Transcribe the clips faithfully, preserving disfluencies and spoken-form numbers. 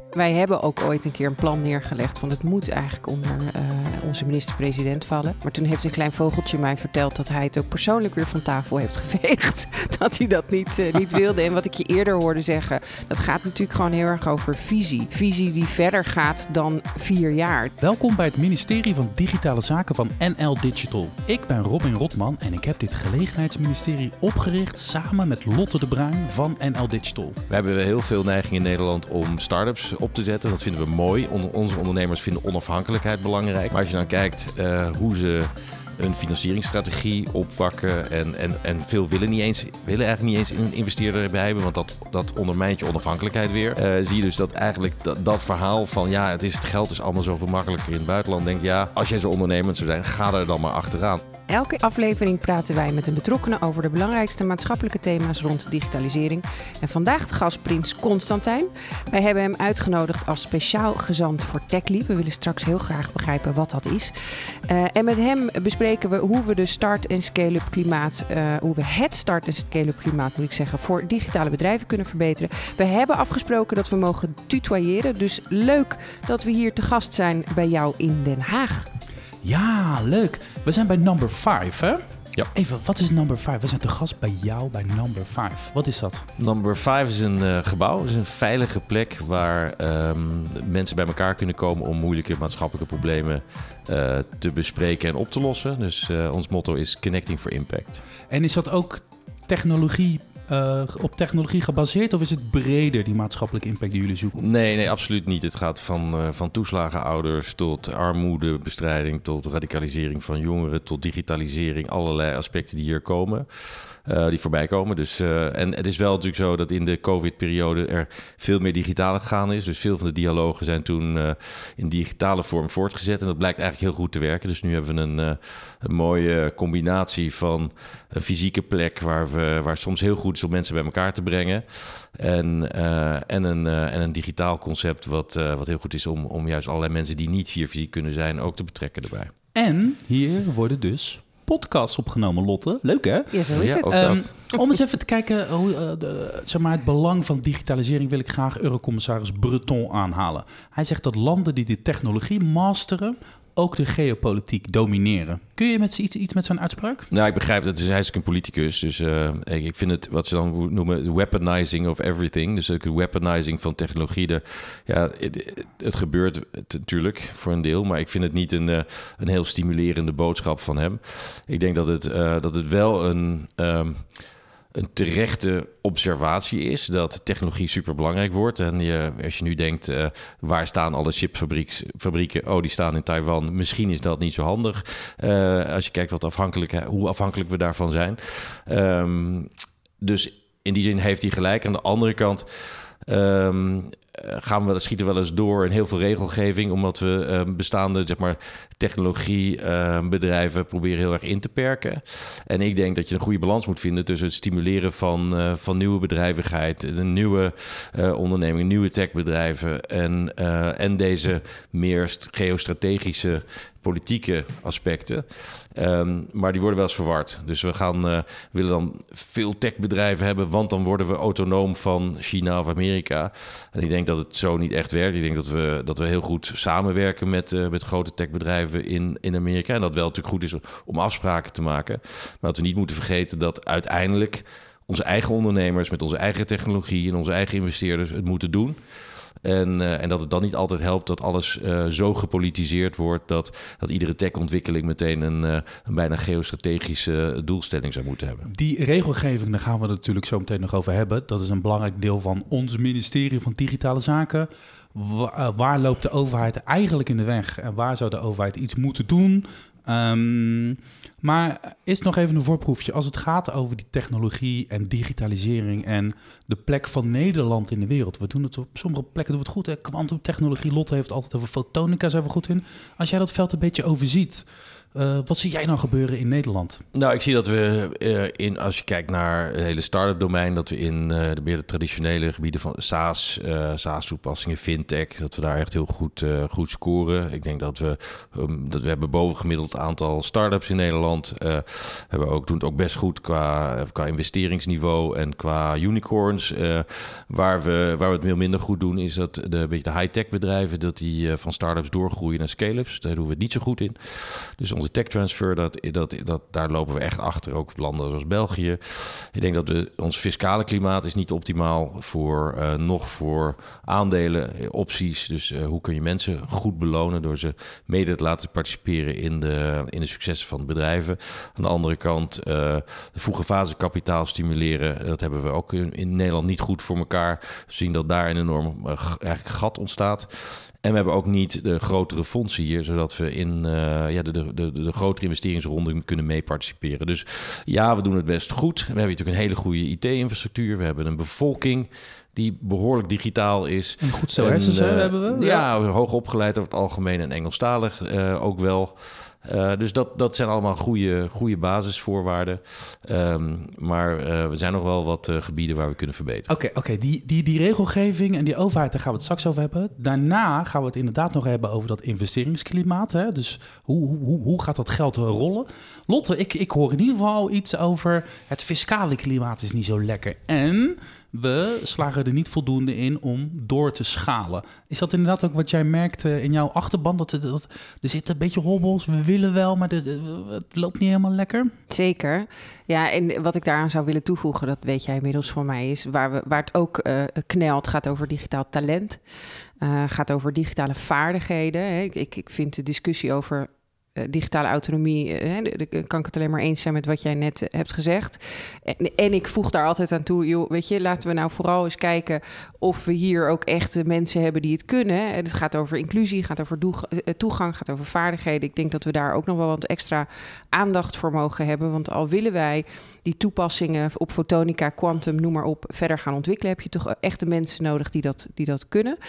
Wij hebben ook ooit een keer een plan neergelegd, want het moet eigenlijk onder uh, onze minister-president vallen. Maar toen heeft een klein vogeltje mij verteld dat hij het ook persoonlijk weer van tafel heeft geveegd. Dat hij dat niet, uh, niet wilde. En wat ik je eerder hoorde zeggen, dat gaat natuurlijk gewoon heel erg over visie. Visie die verder gaat dan vier jaar. Welkom bij het ministerie van Digitale Zaken van N L Digital. Ik ben Robin Rotman en ik heb dit gelegenheidsministerie opgericht samen met Lotte de Bruin van N L Digital. We hebben heel veel neiging in Nederland om start-ups op te zetten. Dat vinden we mooi. Onze ondernemers vinden onafhankelijkheid belangrijk. Maar als je dan kijkt uh, hoe ze een financieringsstrategie oppakken en, en, en veel willen, niet eens, willen eigenlijk niet eens een investeerder erbij hebben, want dat, dat ondermijnt je onafhankelijkheid weer. Uh, zie je dus dat eigenlijk dat, dat verhaal van ja, het, is, het geld is allemaal zoveel makkelijker in het buitenland. Denk ja, als jij zo ondernemend zou zijn, ga er dan maar achteraan. Elke aflevering praten wij met een betrokkenen over de belangrijkste maatschappelijke thema's rond digitalisering. En vandaag de gast Prins Constantijn. Wij hebben hem uitgenodigd als speciaal gezant voor TechLeap. We willen straks heel graag begrijpen wat dat is. Uh, en met hem bespreken we hoe we de start- en scale-up klimaat, uh, hoe we het start- en scale-up klimaat, moet ik zeggen, voor digitale bedrijven kunnen verbeteren. We hebben afgesproken dat we mogen tutoyeren. Dus leuk dat we hier te gast zijn bij jou in Den Haag. Ja, leuk. We zijn bij number vijf, hè? Ja. Even, wat is number vijf? We zijn te gast bij jou bij number vijf. Wat is dat? Number vijf is een uh, gebouw, is een veilige plek waar um, mensen bij elkaar kunnen komen om moeilijke maatschappelijke problemen uh, te bespreken en op te lossen. Dus uh, ons motto is Connecting for Impact. En is dat ook technologie? Uh, op technologie gebaseerd of is het breder, die maatschappelijke impact die jullie zoeken? Nee, nee, absoluut niet. Het gaat van, uh, van toeslagenouders tot armoedebestrijding, tot radicalisering van jongeren, tot digitalisering. Allerlei aspecten die hier komen, uh, die voorbij komen. Dus, uh, en het is wel natuurlijk zo dat in de COVID-periode er veel meer digitaal gegaan is. Dus veel van de dialogen zijn toen uh, in digitale vorm voortgezet. En dat blijkt eigenlijk heel goed te werken. Dus nu hebben we een, uh, een mooie combinatie van een fysieke plek waar, we, waar soms heel goed om mensen bij elkaar te brengen. En, uh, en, een, uh, en een digitaal concept wat, uh, wat heel goed is om, om juist allerlei mensen die niet hier fysiek kunnen zijn ook te betrekken erbij. En hier worden dus podcasts opgenomen, Lotte. Leuk, hè? Ja, zo is ja, het. ook Um, dat. om eens even te kijken, hoe, uh, de, zeg maar, het belang van digitalisering wil ik graag Eurocommissaris Breton aanhalen. Hij zegt dat landen die de technologie masteren ook de geopolitiek domineren. Kun je met iets, iets met zo'n uitspraak? Nou, ik begrijp dat. Hij is een politicus. Dus uh, ik vind het wat ze dan noemen weaponizing of everything. Dus de weaponizing van technologie. De, ja, het, het gebeurt het, natuurlijk voor een deel. Maar ik vind het niet een, uh, een heel stimulerende boodschap van hem. Ik denk dat het, uh, dat het wel een Um, een terechte observatie is dat technologie superbelangrijk wordt. En je, als je nu denkt, uh, waar staan alle chipfabrieken? Oh, die staan in Taiwan. Misschien is dat niet zo handig. Uh, als je kijkt wat afhankelijk, hoe afhankelijk we daarvan zijn. Um, dus in die zin heeft hij gelijk. Aan de andere kant Um, gaan we, schieten wel eens door in heel veel regelgeving, omdat we uh, bestaande zeg maar, technologiebedrijven uh, proberen heel erg in te perken. En ik denk dat je een goede balans moet vinden tussen het stimuleren van, uh, van nieuwe bedrijvigheid, de nieuwe uh, ondernemingen, nieuwe techbedrijven en, uh, en deze meer geostrategische politieke aspecten. Um, maar die worden wel eens verward. Dus we gaan, uh, willen dan veel techbedrijven hebben, want dan worden we autonoom van China of Amerika. En ik denk dat het zo niet echt werkt. Ik denk dat we, dat we heel goed samenwerken met, uh, met grote techbedrijven in, in Amerika. En dat wel natuurlijk goed is om afspraken te maken. Maar dat we niet moeten vergeten dat uiteindelijk onze eigen ondernemers met onze eigen technologie en onze eigen investeerders het moeten doen. En, uh, en dat het dan niet altijd helpt dat alles uh, zo gepolitiseerd wordt dat, dat iedere techontwikkeling meteen een, uh, een bijna geostrategische doelstelling zou moeten hebben. Die regelgeving, daar gaan we het natuurlijk zo meteen nog over hebben. Dat is een belangrijk deel van ons ministerie van Digitale Zaken. Waar, waar loopt de overheid eigenlijk in de weg? En waar zou de overheid iets moeten doen? Um, maar is nog even een voorproefje. Als het gaat over die technologie en digitalisering en de plek van Nederland in de wereld. We doen het op sommige plekken doen we het goed. Hè? Quantumtechnologie, Lotte heeft altijd over fotonica, zijn we goed in. Als jij dat veld een beetje overziet, Uh, wat zie jij nou gebeuren in Nederland? Nou, ik zie dat we uh, in, als je kijkt naar het hele start-up domein, dat we in uh, de meer de traditionele gebieden van SaaS, uh, SaaS-toepassingen, fintech, dat we daar echt heel goed, uh, goed scoren. Ik denk dat we, um, dat we hebben bovengemiddeld aantal start-ups in Nederland. Uh, we hebben ook, doen het ook best goed qua, qua investeringsniveau en qua unicorns. Uh, waar, we, waar we het veel minder goed doen, is dat de, een beetje de high-tech bedrijven, dat die uh, van start-ups doorgroeien naar scale-ups. Daar doen we het niet zo goed in. Dus onze tech transfer, dat, dat, dat, daar lopen we echt achter, ook op landen zoals België. Ik denk dat we, ons fiscale klimaat is niet optimaal voor uh, nog voor aandelen, opties. Dus uh, hoe kun je mensen goed belonen door ze mede te laten participeren in de, in de successen van bedrijven. Aan de andere kant, uh, de vroege fase kapitaal stimuleren, dat hebben we ook in, in Nederland niet goed voor elkaar. We zien dat daar een enorm uh, eigenlijk gat ontstaat. En we hebben ook niet de grotere fondsen hier, zodat we in uh, ja, de, de, de, de grotere investeringsronde kunnen mee participeren. Dus ja, we doen het best goed. We hebben natuurlijk een hele goede I T-infrastructuur. We hebben een bevolking die behoorlijk digitaal is. En goed zo hersens uh, hebben we. Ja, ja, hoog opgeleid over het algemeen en Engelstalig uh, ook wel. Uh, dus dat, dat zijn allemaal goede, goede basisvoorwaarden. Um, maar uh, er zijn nog wel wat uh, gebieden waar we kunnen verbeteren. Oké, okay, okay. die, die, die regelgeving en die overheid, daar gaan we het straks over hebben. Daarna gaan we het inderdaad nog hebben over dat investeringsklimaat. Hè? Dus hoe, hoe, hoe gaat dat geld rollen? Lotte, ik, ik hoor in ieder geval iets over het fiscale klimaat is niet zo lekker. En we slagen er niet voldoende in om door te schalen. Is dat inderdaad ook wat jij merkt in jouw achterban? Dat, dat, er zitten een beetje hobbels, we willen wel, maar het, het loopt niet helemaal lekker? Zeker. Ja, en wat ik daaraan zou willen toevoegen, dat weet jij inmiddels van mij, is waar, we, waar het ook uh, knelt, gaat over digitaal talent. Uh, gaat over digitale vaardigheden. Hè. Ik, ik, ik vind de discussie over Uh, digitale autonomie, uh, daar kan ik het alleen maar eens zijn met wat jij net uh, hebt gezegd. En, en ik voeg daar altijd aan toe, joh, weet je, laten we nou vooral eens kijken of we hier ook echt uh, mensen hebben die het kunnen. En het gaat over inclusie, gaat over doeg- uh, toegang, gaat over vaardigheden. Ik denk dat we daar ook nog wel wat extra aandacht voor mogen hebben. Want al willen wij die toepassingen op fotonica, quantum, noem maar op, verder gaan ontwikkelen, heb je toch echte mensen nodig die dat, die dat kunnen.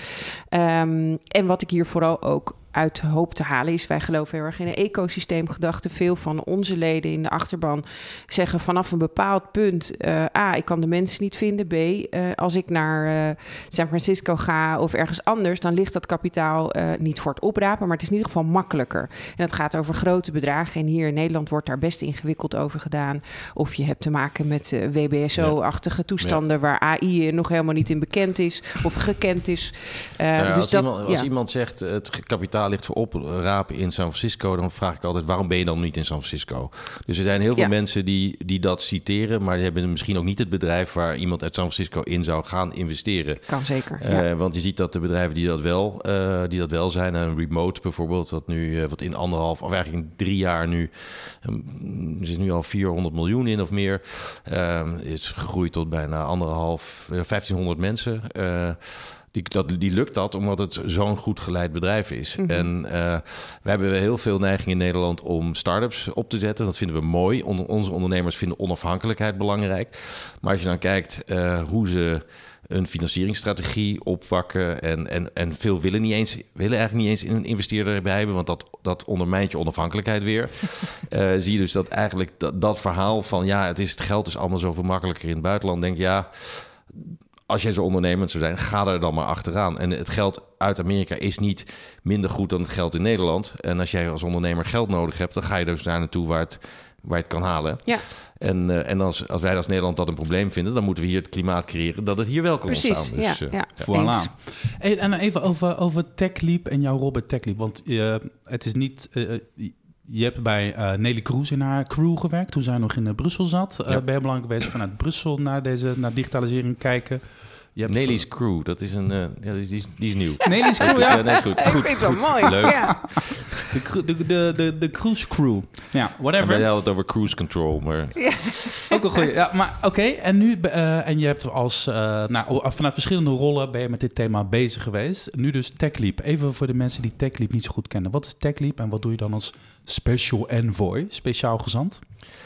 Um, en wat ik hier vooral ook uit hoop te halen is, wij geloven heel erg in een ecosysteemgedachte. Veel van onze leden in de achterban zeggen vanaf een bepaald punt, uh, A, ik kan de mensen niet vinden. B, uh, als ik naar uh, San Francisco ga of ergens anders, dan ligt dat kapitaal uh, niet voor het oprapen, maar het is in ieder geval makkelijker. En het gaat over grote bedragen en hier in Nederland wordt daar best ingewikkeld over gedaan. Of je hebt te maken met uh, W B S O-achtige toestanden ja. waar A I nog helemaal niet in bekend is of gekend is. Uh, ja, dus als dat, iemand, als ja. iemand zegt het kapitaal ligt voor oprapen in San Francisco, dan vraag ik altijd, waarom ben je dan niet in San Francisco? Dus er zijn heel veel ja. mensen die, die dat citeren, maar die hebben misschien ook niet het bedrijf waar iemand uit San Francisco in zou gaan investeren. Kan zeker. Uh, ja. Want je ziet dat de bedrijven die dat wel, uh, die dat wel zijn, een Remote bijvoorbeeld, wat nu uh, wat in anderhalf, of eigenlijk in drie jaar nu, um, er zit nu al vierhonderd miljoen in of meer, uh, is gegroeid tot bijna anderhalf, uh, vijftienhonderd mensen. Uh, Die, dat, die lukt dat omdat het zo'n goed geleid bedrijf is. Mm-hmm. En uh, we hebben heel veel neiging in Nederland om start-ups op te zetten. Dat vinden we mooi. On- onze ondernemers vinden onafhankelijkheid belangrijk. Maar als je dan kijkt uh, hoe ze een financieringsstrategie oppakken en, en, en veel willen, niet eens, willen eigenlijk niet eens een investeerder erbij hebben, want dat, dat ondermijnt je onafhankelijkheid weer. uh, zie je dus dat eigenlijk dat, dat verhaal van ja, het, is, het geld is allemaal zoveel makkelijker in het buitenland. Denk ja, als jij zo ondernemend zou zijn, ga er dan maar achteraan. En het geld uit Amerika is niet minder goed dan het geld in Nederland. En als jij als ondernemer geld nodig hebt, dan ga je dus daar naartoe waar het, waar je het kan halen. Ja. En, uh, en als, als wij als Nederland dat een probleem vinden, dan moeten we hier het klimaat creëren dat het hier wel kan Precies, ontstaan. Dus, ja, uh, ja. ja. Voilà. Hey, en even over, over TechLeap en jouw rol bij TechLeap. Want uh, het is niet... Uh, Je hebt bij uh, Nelly Kroes in haar crew gewerkt toen zij nog in uh, Brussel zat. Uh, ja. Ben je belangrijk geweest vanuit Brussel naar deze naar digitalisering kijken? Je hebt Nelly's v- crew, dat is een, uh, ja, die, is, die is nieuw. Nelly's crew, ja. ja nee, is goed. Ik goed, vind het wel mooi. Leuk. Ja. De, de, de, de, de cruise crew. Ja, whatever. En wij hadden het over cruise control, maar... Ja. Ook een goeie. Ja, maar oké. Okay, en nu... Uh, en je hebt als... Uh, nou, vanuit verschillende rollen ben je met dit thema bezig geweest. Nu dus TechLeap. Even voor de mensen die TechLeap niet zo goed kennen. Wat is TechLeap en wat doe je dan als Special Envoy, speciaal gezant?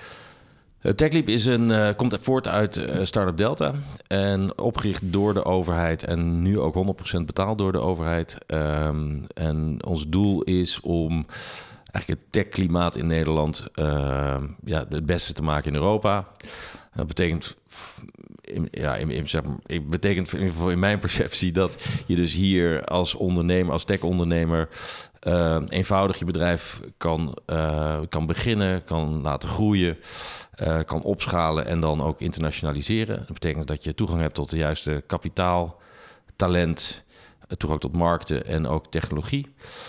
Uh, TechLeap is een, uh, komt voort uit uh, Startup Delta en opgericht door de overheid en nu ook honderd procent betaald door de overheid. Um, en ons doel is om eigenlijk het tech-klimaat in Nederland uh, ja, het beste te maken in Europa. Dat betekent, in, ja, in, in, zeg maar, het betekent in ieder geval in mijn perceptie dat je dus hier als ondernemer, als tech-ondernemer, uh, eenvoudig je bedrijf kan, uh, kan beginnen, kan laten groeien, uh, kan opschalen en dan ook internationaliseren. Dat betekent dat je toegang hebt tot de juiste kapitaal, talent, toegang tot markten en ook technologie.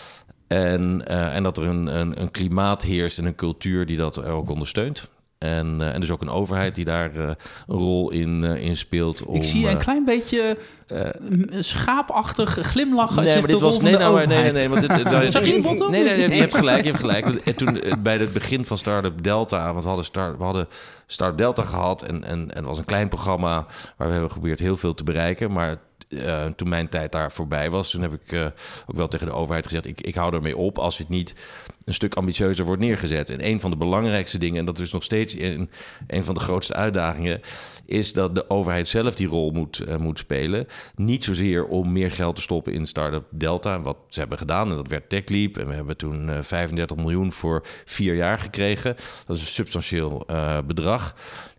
En, uh, en dat er een, een, een klimaat heerst en een cultuur die dat ook ondersteunt. En, uh, en dus ook een overheid die daar uh, een rol in, uh, in speelt. Om, ik zie een uh, klein beetje uh, schaapachtig glimlachen. Nee, maar dit was nee, nou, nee, nee, nee, want dit, uh, Zag je nee, nee, nee, nee, je hebt gelijk, je hebt gelijk. Toen bij het begin van Startup Delta, want we hadden Start, we hadden Startup Delta gehad en en en het was een klein programma waar we hebben geprobeerd heel veel te bereiken, maar Uh, toen mijn tijd daar voorbij was, toen heb ik uh, ook wel tegen de overheid gezegd, ik, ik hou ermee op als het niet een stuk ambitieuzer wordt neergezet. En een van de belangrijkste dingen, en dat is nog steeds een, een van de grootste uitdagingen, is dat de overheid zelf die rol moet, uh, moet spelen. Niet zozeer om meer geld te stoppen in Startup Delta, wat ze hebben gedaan, en dat werd TechLeap. En we hebben toen uh, vijfendertig miljoen voor vier jaar gekregen. Dat is een substantieel uh, bedrag.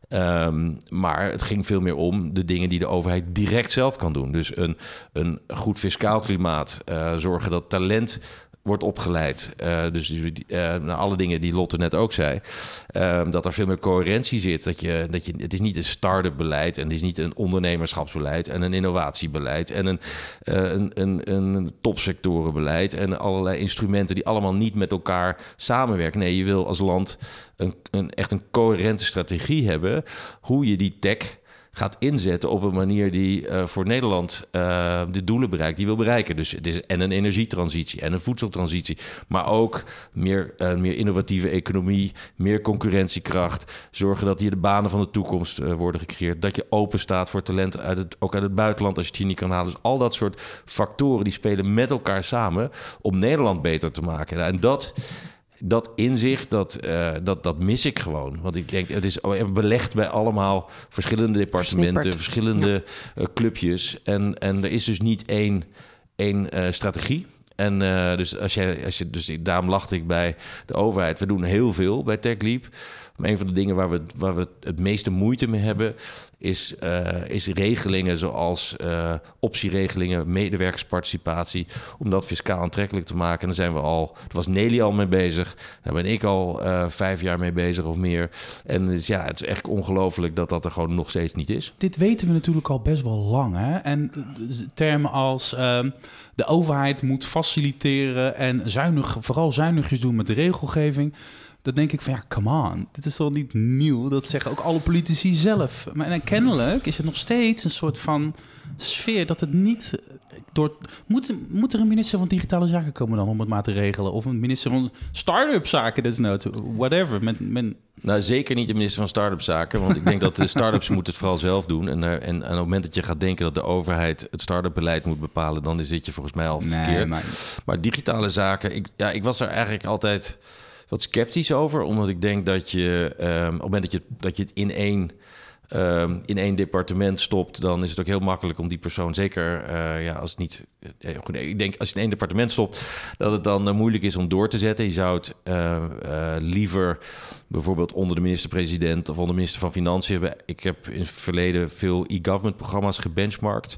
Um, maar het ging veel meer om de dingen die de overheid direct zelf kan doen. Dus een, een goed fiscaal klimaat, uh, zorgen dat talent wordt opgeleid. Uh, dus uh, nou, alle dingen die Lotte net ook zei. Uh, dat er veel meer coherentie zit. Dat je, dat je, het is niet een start-up beleid en het is niet een ondernemerschapsbeleid en een innovatiebeleid en een, uh, een, een, een topsectorenbeleid en allerlei instrumenten die allemaal niet met elkaar samenwerken. Nee, je wil als land een, een, echt een coherente strategie hebben hoe je die tech gaat inzetten op een manier die uh, voor Nederland uh, de doelen bereikt, die wil bereiken. Dus het is en een energietransitie en een voedseltransitie, maar ook meer, uh, meer innovatieve economie, meer concurrentiekracht, zorgen dat hier de banen van de toekomst uh, worden gecreëerd, dat je open staat voor talent uit het, ook uit het buitenland als je het hier niet kan halen. Dus al dat soort factoren die spelen met elkaar samen om Nederland beter te maken. En dat Dat inzicht, dat, uh, dat, dat mis ik gewoon. Want ik denk, het is belegd bij allemaal verschillende departementen, Versnipperd. verschillende ja. uh, clubjes. En, en er is dus niet één, één uh, strategie. En uh, dus als je, als je, dus daarom lachte ik bij de overheid. We doen heel veel bij TechLeap. Maar een van de dingen waar we, waar we het meeste moeite mee hebben, is, uh, is regelingen zoals uh, optieregelingen, medewerkersparticipatie, om dat fiscaal aantrekkelijk te maken. En daar zijn we al, daar was Nelly al mee bezig, daar ben ik al uh, vijf jaar mee bezig of meer. En dus, ja, het is echt ongelooflijk dat dat er gewoon nog steeds niet is. Dit weten we natuurlijk al best wel lang, hè? En termen als uh, de overheid moet faciliteren en zuinig, vooral zuinigjes doen met de regelgeving. Dan denk ik van, ja, come on. Dit is toch niet nieuw? Dat zeggen ook alle politici zelf. Maar en kennelijk is het nog steeds een soort van sfeer dat het niet door... Moet, moet er een minister van Digitale Zaken komen dan om het maar te regelen? Of een minister van Start-up Zaken, desnoods, whatever. Met, met... Nou, zeker niet de minister van Start-up Zaken. Want ik denk dat de start-ups moeten het vooral zelf doen. En, en, en op het moment dat je gaat denken dat de overheid het start-up beleid moet bepalen, dan zit je volgens mij al nee, verkeerd. Maar... maar digitale zaken, ik, ja, ik was er eigenlijk altijd wat sceptisch over, omdat ik denk dat je um, op het moment dat je, dat je het in één, um, in één departement stopt, dan is het ook heel makkelijk om die persoon, zeker uh, ja, als het niet, uh, goed, ik denk als je in één departement stopt, dat het dan uh, moeilijk is om door te zetten. Je zou het uh, uh, liever bijvoorbeeld onder de minister-president of onder de minister van Financiën hebben. Ik heb in het verleden veel e-government programma's gebenchmarkt.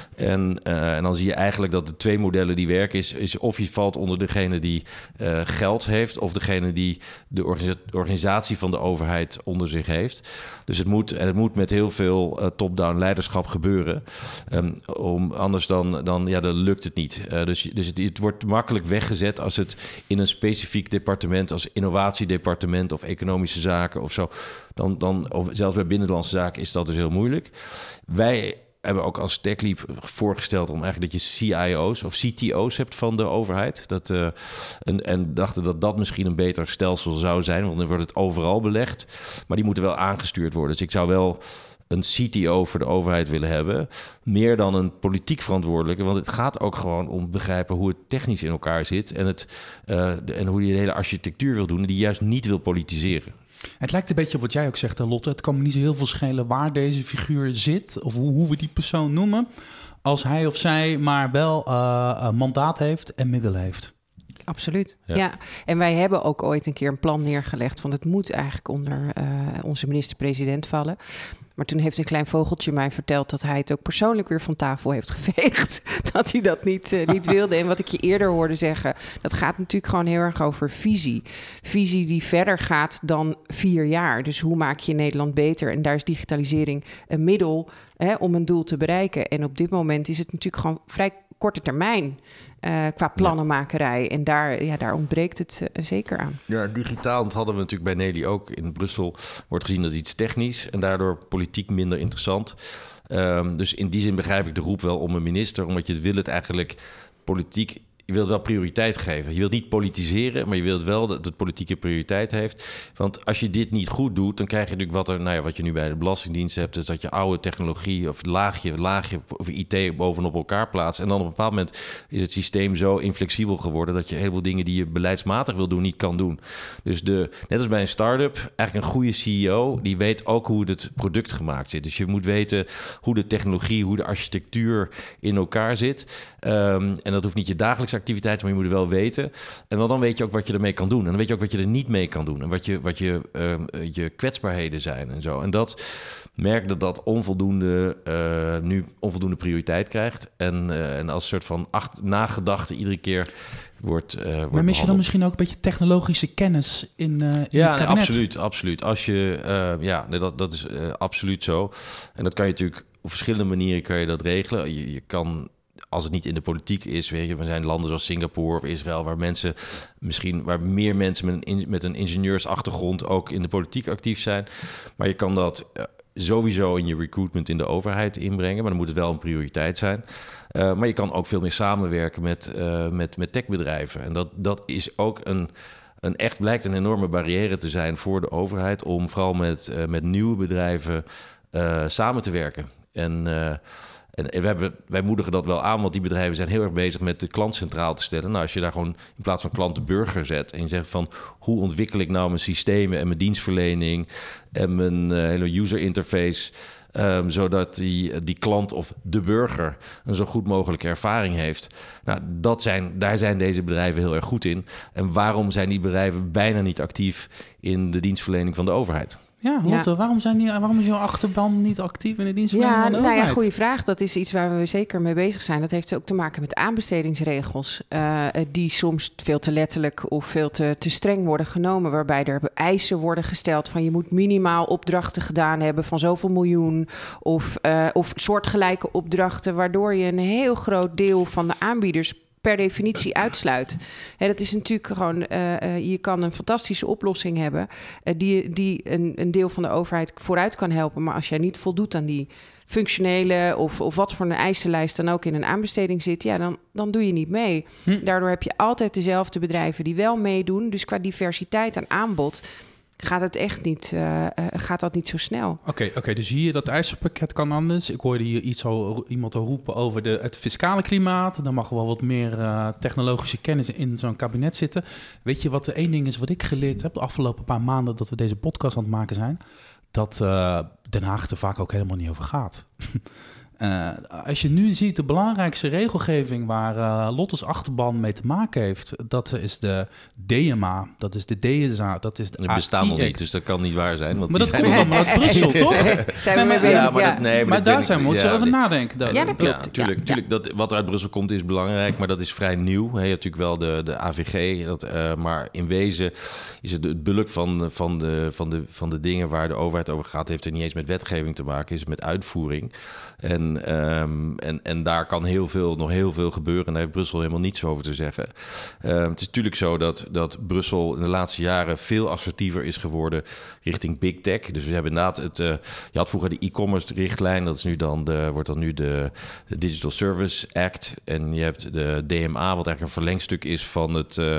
En, uh, en dan zie je eigenlijk dat de twee modellen die werken is, is of je valt onder degene die uh, geld heeft of degene die de organisa- organisatie van de overheid onder zich heeft. Dus het moet, en het moet met heel veel uh, top-down leiderschap gebeuren. Um, om, anders dan, dan, ja, dan lukt het niet. Uh, dus dus het, het wordt makkelijk weggezet als het in een specifiek departement als innovatiedepartement of economische zaken of zo, dan, dan, of zelfs bij binnenlandse zaken is dat dus heel moeilijk. Wij hebben ook als TechLeap voorgesteld om eigenlijk dat je C I O's of C T O's hebt van de overheid. Dat, uh, en, en dachten dat dat misschien een beter stelsel zou zijn, want dan wordt het overal belegd. Maar die moeten wel aangestuurd worden. Dus ik zou wel een C T O voor de overheid willen hebben, meer dan een politiek verantwoordelijke. Want het gaat ook gewoon om begrijpen hoe het technisch in elkaar zit en, het, uh, de, en hoe je de hele architectuur wil doen, die juist niet wil politiseren. Het lijkt een beetje op wat jij ook zegt, Lotte. Het kan me niet zo heel veel schelen waar deze figuur zit of hoe, hoe we die persoon noemen, als hij of zij maar wel uh, een mandaat heeft en middelen heeft. absoluut. Ja. Ja. ja, en wij hebben ook ooit een keer een plan neergelegd van het moet eigenlijk onder uh, onze minister-president vallen. Maar toen heeft een klein vogeltje mij verteld dat hij het ook persoonlijk weer van tafel heeft geveegd. Dat hij dat niet, uh, niet wilde. En wat ik je eerder hoorde zeggen, dat gaat natuurlijk gewoon heel erg over visie. Visie die verder gaat dan vier jaar. Dus hoe maak je Nederland beter? En daar is digitalisering een middel hè, om een doel te bereiken. En op dit moment is het natuurlijk gewoon vrij korte termijn. Uh, qua plannenmakerij. En daar, ja, daar ontbreekt het uh, zeker aan. Ja, digitaal, dat hadden we natuurlijk bij Nelly ook. In Brussel wordt gezien als iets technisch en daardoor politiek minder interessant. Um, dus in die zin begrijp ik de roep wel om een minister, omdat je wil het eigenlijk politiek. Je wilt wel prioriteit geven. Je wilt niet politiseren, maar je wilt wel dat het politieke prioriteit heeft. Want als je dit niet goed doet, dan krijg je natuurlijk wat er, nou ja, wat je nu bij de Belastingdienst hebt, is dat je oude technologie of laagje, laagje of I T bovenop elkaar plaatst. En dan op een bepaald moment is het systeem zo inflexibel geworden dat je een heleboel dingen die je beleidsmatig wil doen, niet kan doen. Dus de, net als bij een start-up, eigenlijk een goede C E O, die weet ook hoe het product gemaakt zit. Dus je moet weten hoe de technologie, hoe de architectuur in elkaar zit. Um, en dat hoeft niet je dagelijkse activiteit, maar je moet het wel weten. En dan weet je ook wat je ermee kan doen. En dan weet je ook wat je er niet mee kan doen. En wat je, wat je, uh, je kwetsbaarheden zijn en zo. En dat merk dat dat onvoldoende, uh, nu onvoldoende prioriteit krijgt. En, uh, en als soort van acht, nagedachte iedere keer wordt, uh, wordt Maar mis je behandeld. dan misschien ook een beetje technologische kennis in, uh, in ja, het nee, kabinet? absoluut, absoluut. Als je, uh, ja, nee, dat, dat is uh, absoluut zo. En dat kan je natuurlijk op verschillende manieren kan je dat regelen. Je, je kan, als het niet in de politiek is, weet je, er zijn landen zoals Singapore of Israël waar mensen misschien waar meer mensen met een, met een ingenieursachtergrond ook in de politiek actief zijn. Maar je kan dat uh, sowieso in je recruitment in de overheid inbrengen, maar dan moet het wel een prioriteit zijn. Uh, maar je kan ook veel meer samenwerken met, uh, met, met techbedrijven. En dat, dat is ook een, een echt blijkt een enorme barrière te zijn voor de overheid om vooral met, uh, met nieuwe bedrijven uh, samen te werken. En uh, En we hebben, wij moedigen dat wel aan, want die bedrijven zijn heel erg bezig met de klant centraal te stellen. Nou, als je daar gewoon in plaats van klant de burger zet en je zegt van hoe ontwikkel ik nou mijn systemen en mijn dienstverlening en mijn uh, hele user interface, um, zodat die, die klant of de burger een zo goed mogelijke ervaring heeft. Nou, dat zijn, daar zijn deze bedrijven heel erg goed in. En waarom zijn die bedrijven bijna niet actief in de dienstverlening van de overheid? Ja, Lotte, ja. waarom, zijn die, waarom is jouw achterban niet actief in de dienstverlening ja, van de nou overheid? Ja, goede vraag. Dat is iets waar we zeker mee bezig zijn. Dat heeft ook te maken met aanbestedingsregels. Uh, die soms veel te letterlijk of veel te, te streng worden genomen. Waarbij er eisen worden gesteld van je moet minimaal opdrachten gedaan hebben van zoveel miljoen. Of, uh, of soortgelijke opdrachten. Waardoor je een heel groot deel van de aanbieders per definitie uitsluit. Hè, dat is natuurlijk gewoon, uh, uh, je kan een fantastische oplossing hebben uh, die, die een, een deel van de overheid vooruit kan helpen. Maar als jij niet voldoet aan die functionele of, of wat voor een eisenlijst dan ook in een aanbesteding zit, ja, dan, dan doe je niet mee. Hm. Daardoor heb je altijd dezelfde bedrijven die wel meedoen. Dus qua diversiteit aan aanbod gaat het echt niet, uh, uh, gaat dat niet zo snel. Oké, okay, okay, dus hier dat eisenpakket kan anders. Ik hoorde hier iets al, iemand al roepen over de, het fiscale klimaat. Dan mag wel wat meer uh, technologische kennis in zo'n kabinet zitten. Weet je wat er één ding is wat ik geleerd heb de afgelopen paar maanden dat we deze podcast aan het maken zijn? Dat uh, Den Haag er vaak ook helemaal niet over gaat. Uh, als je nu ziet, de belangrijkste regelgeving waar uh, Lotte's achterban mee te maken heeft, dat is de D M A, dat is de D S A, dat is de Die bestaan nog niet, dus dat kan niet waar zijn. Want maar die dat zijn komt allemaal uit Brussel, toch? Zijn we mee bezig? Ja, maar, ja. dat, nee, maar, maar daar ben zijn we ik, moeten ja, ze over nee. nadenken. Dat, ja, dat klopt. Ja, tuurlijk. Ja, tuurlijk ja. dat, wat uit Brussel komt is belangrijk, maar dat is vrij nieuw. Je hebt natuurlijk wel de, de A V G, dat, uh, maar in wezen is het het bulk van, van, de, van, de, van de dingen waar de overheid over gaat, heeft er niet eens met wetgeving te maken, is het met uitvoering. En, um, en, en daar kan heel veel, nog heel veel gebeuren en daar heeft Brussel helemaal niets over te zeggen. Uh, het is natuurlijk zo dat, dat Brussel in de laatste jaren veel assertiever is geworden richting big tech. Dus we hebben inderdaad het, uh, je had vroeger de e-commerce richtlijn, dat is nu dan de, wordt dan nu de, de Digital Service Act. En je hebt de D M A, wat eigenlijk een verlengstuk is van het, uh,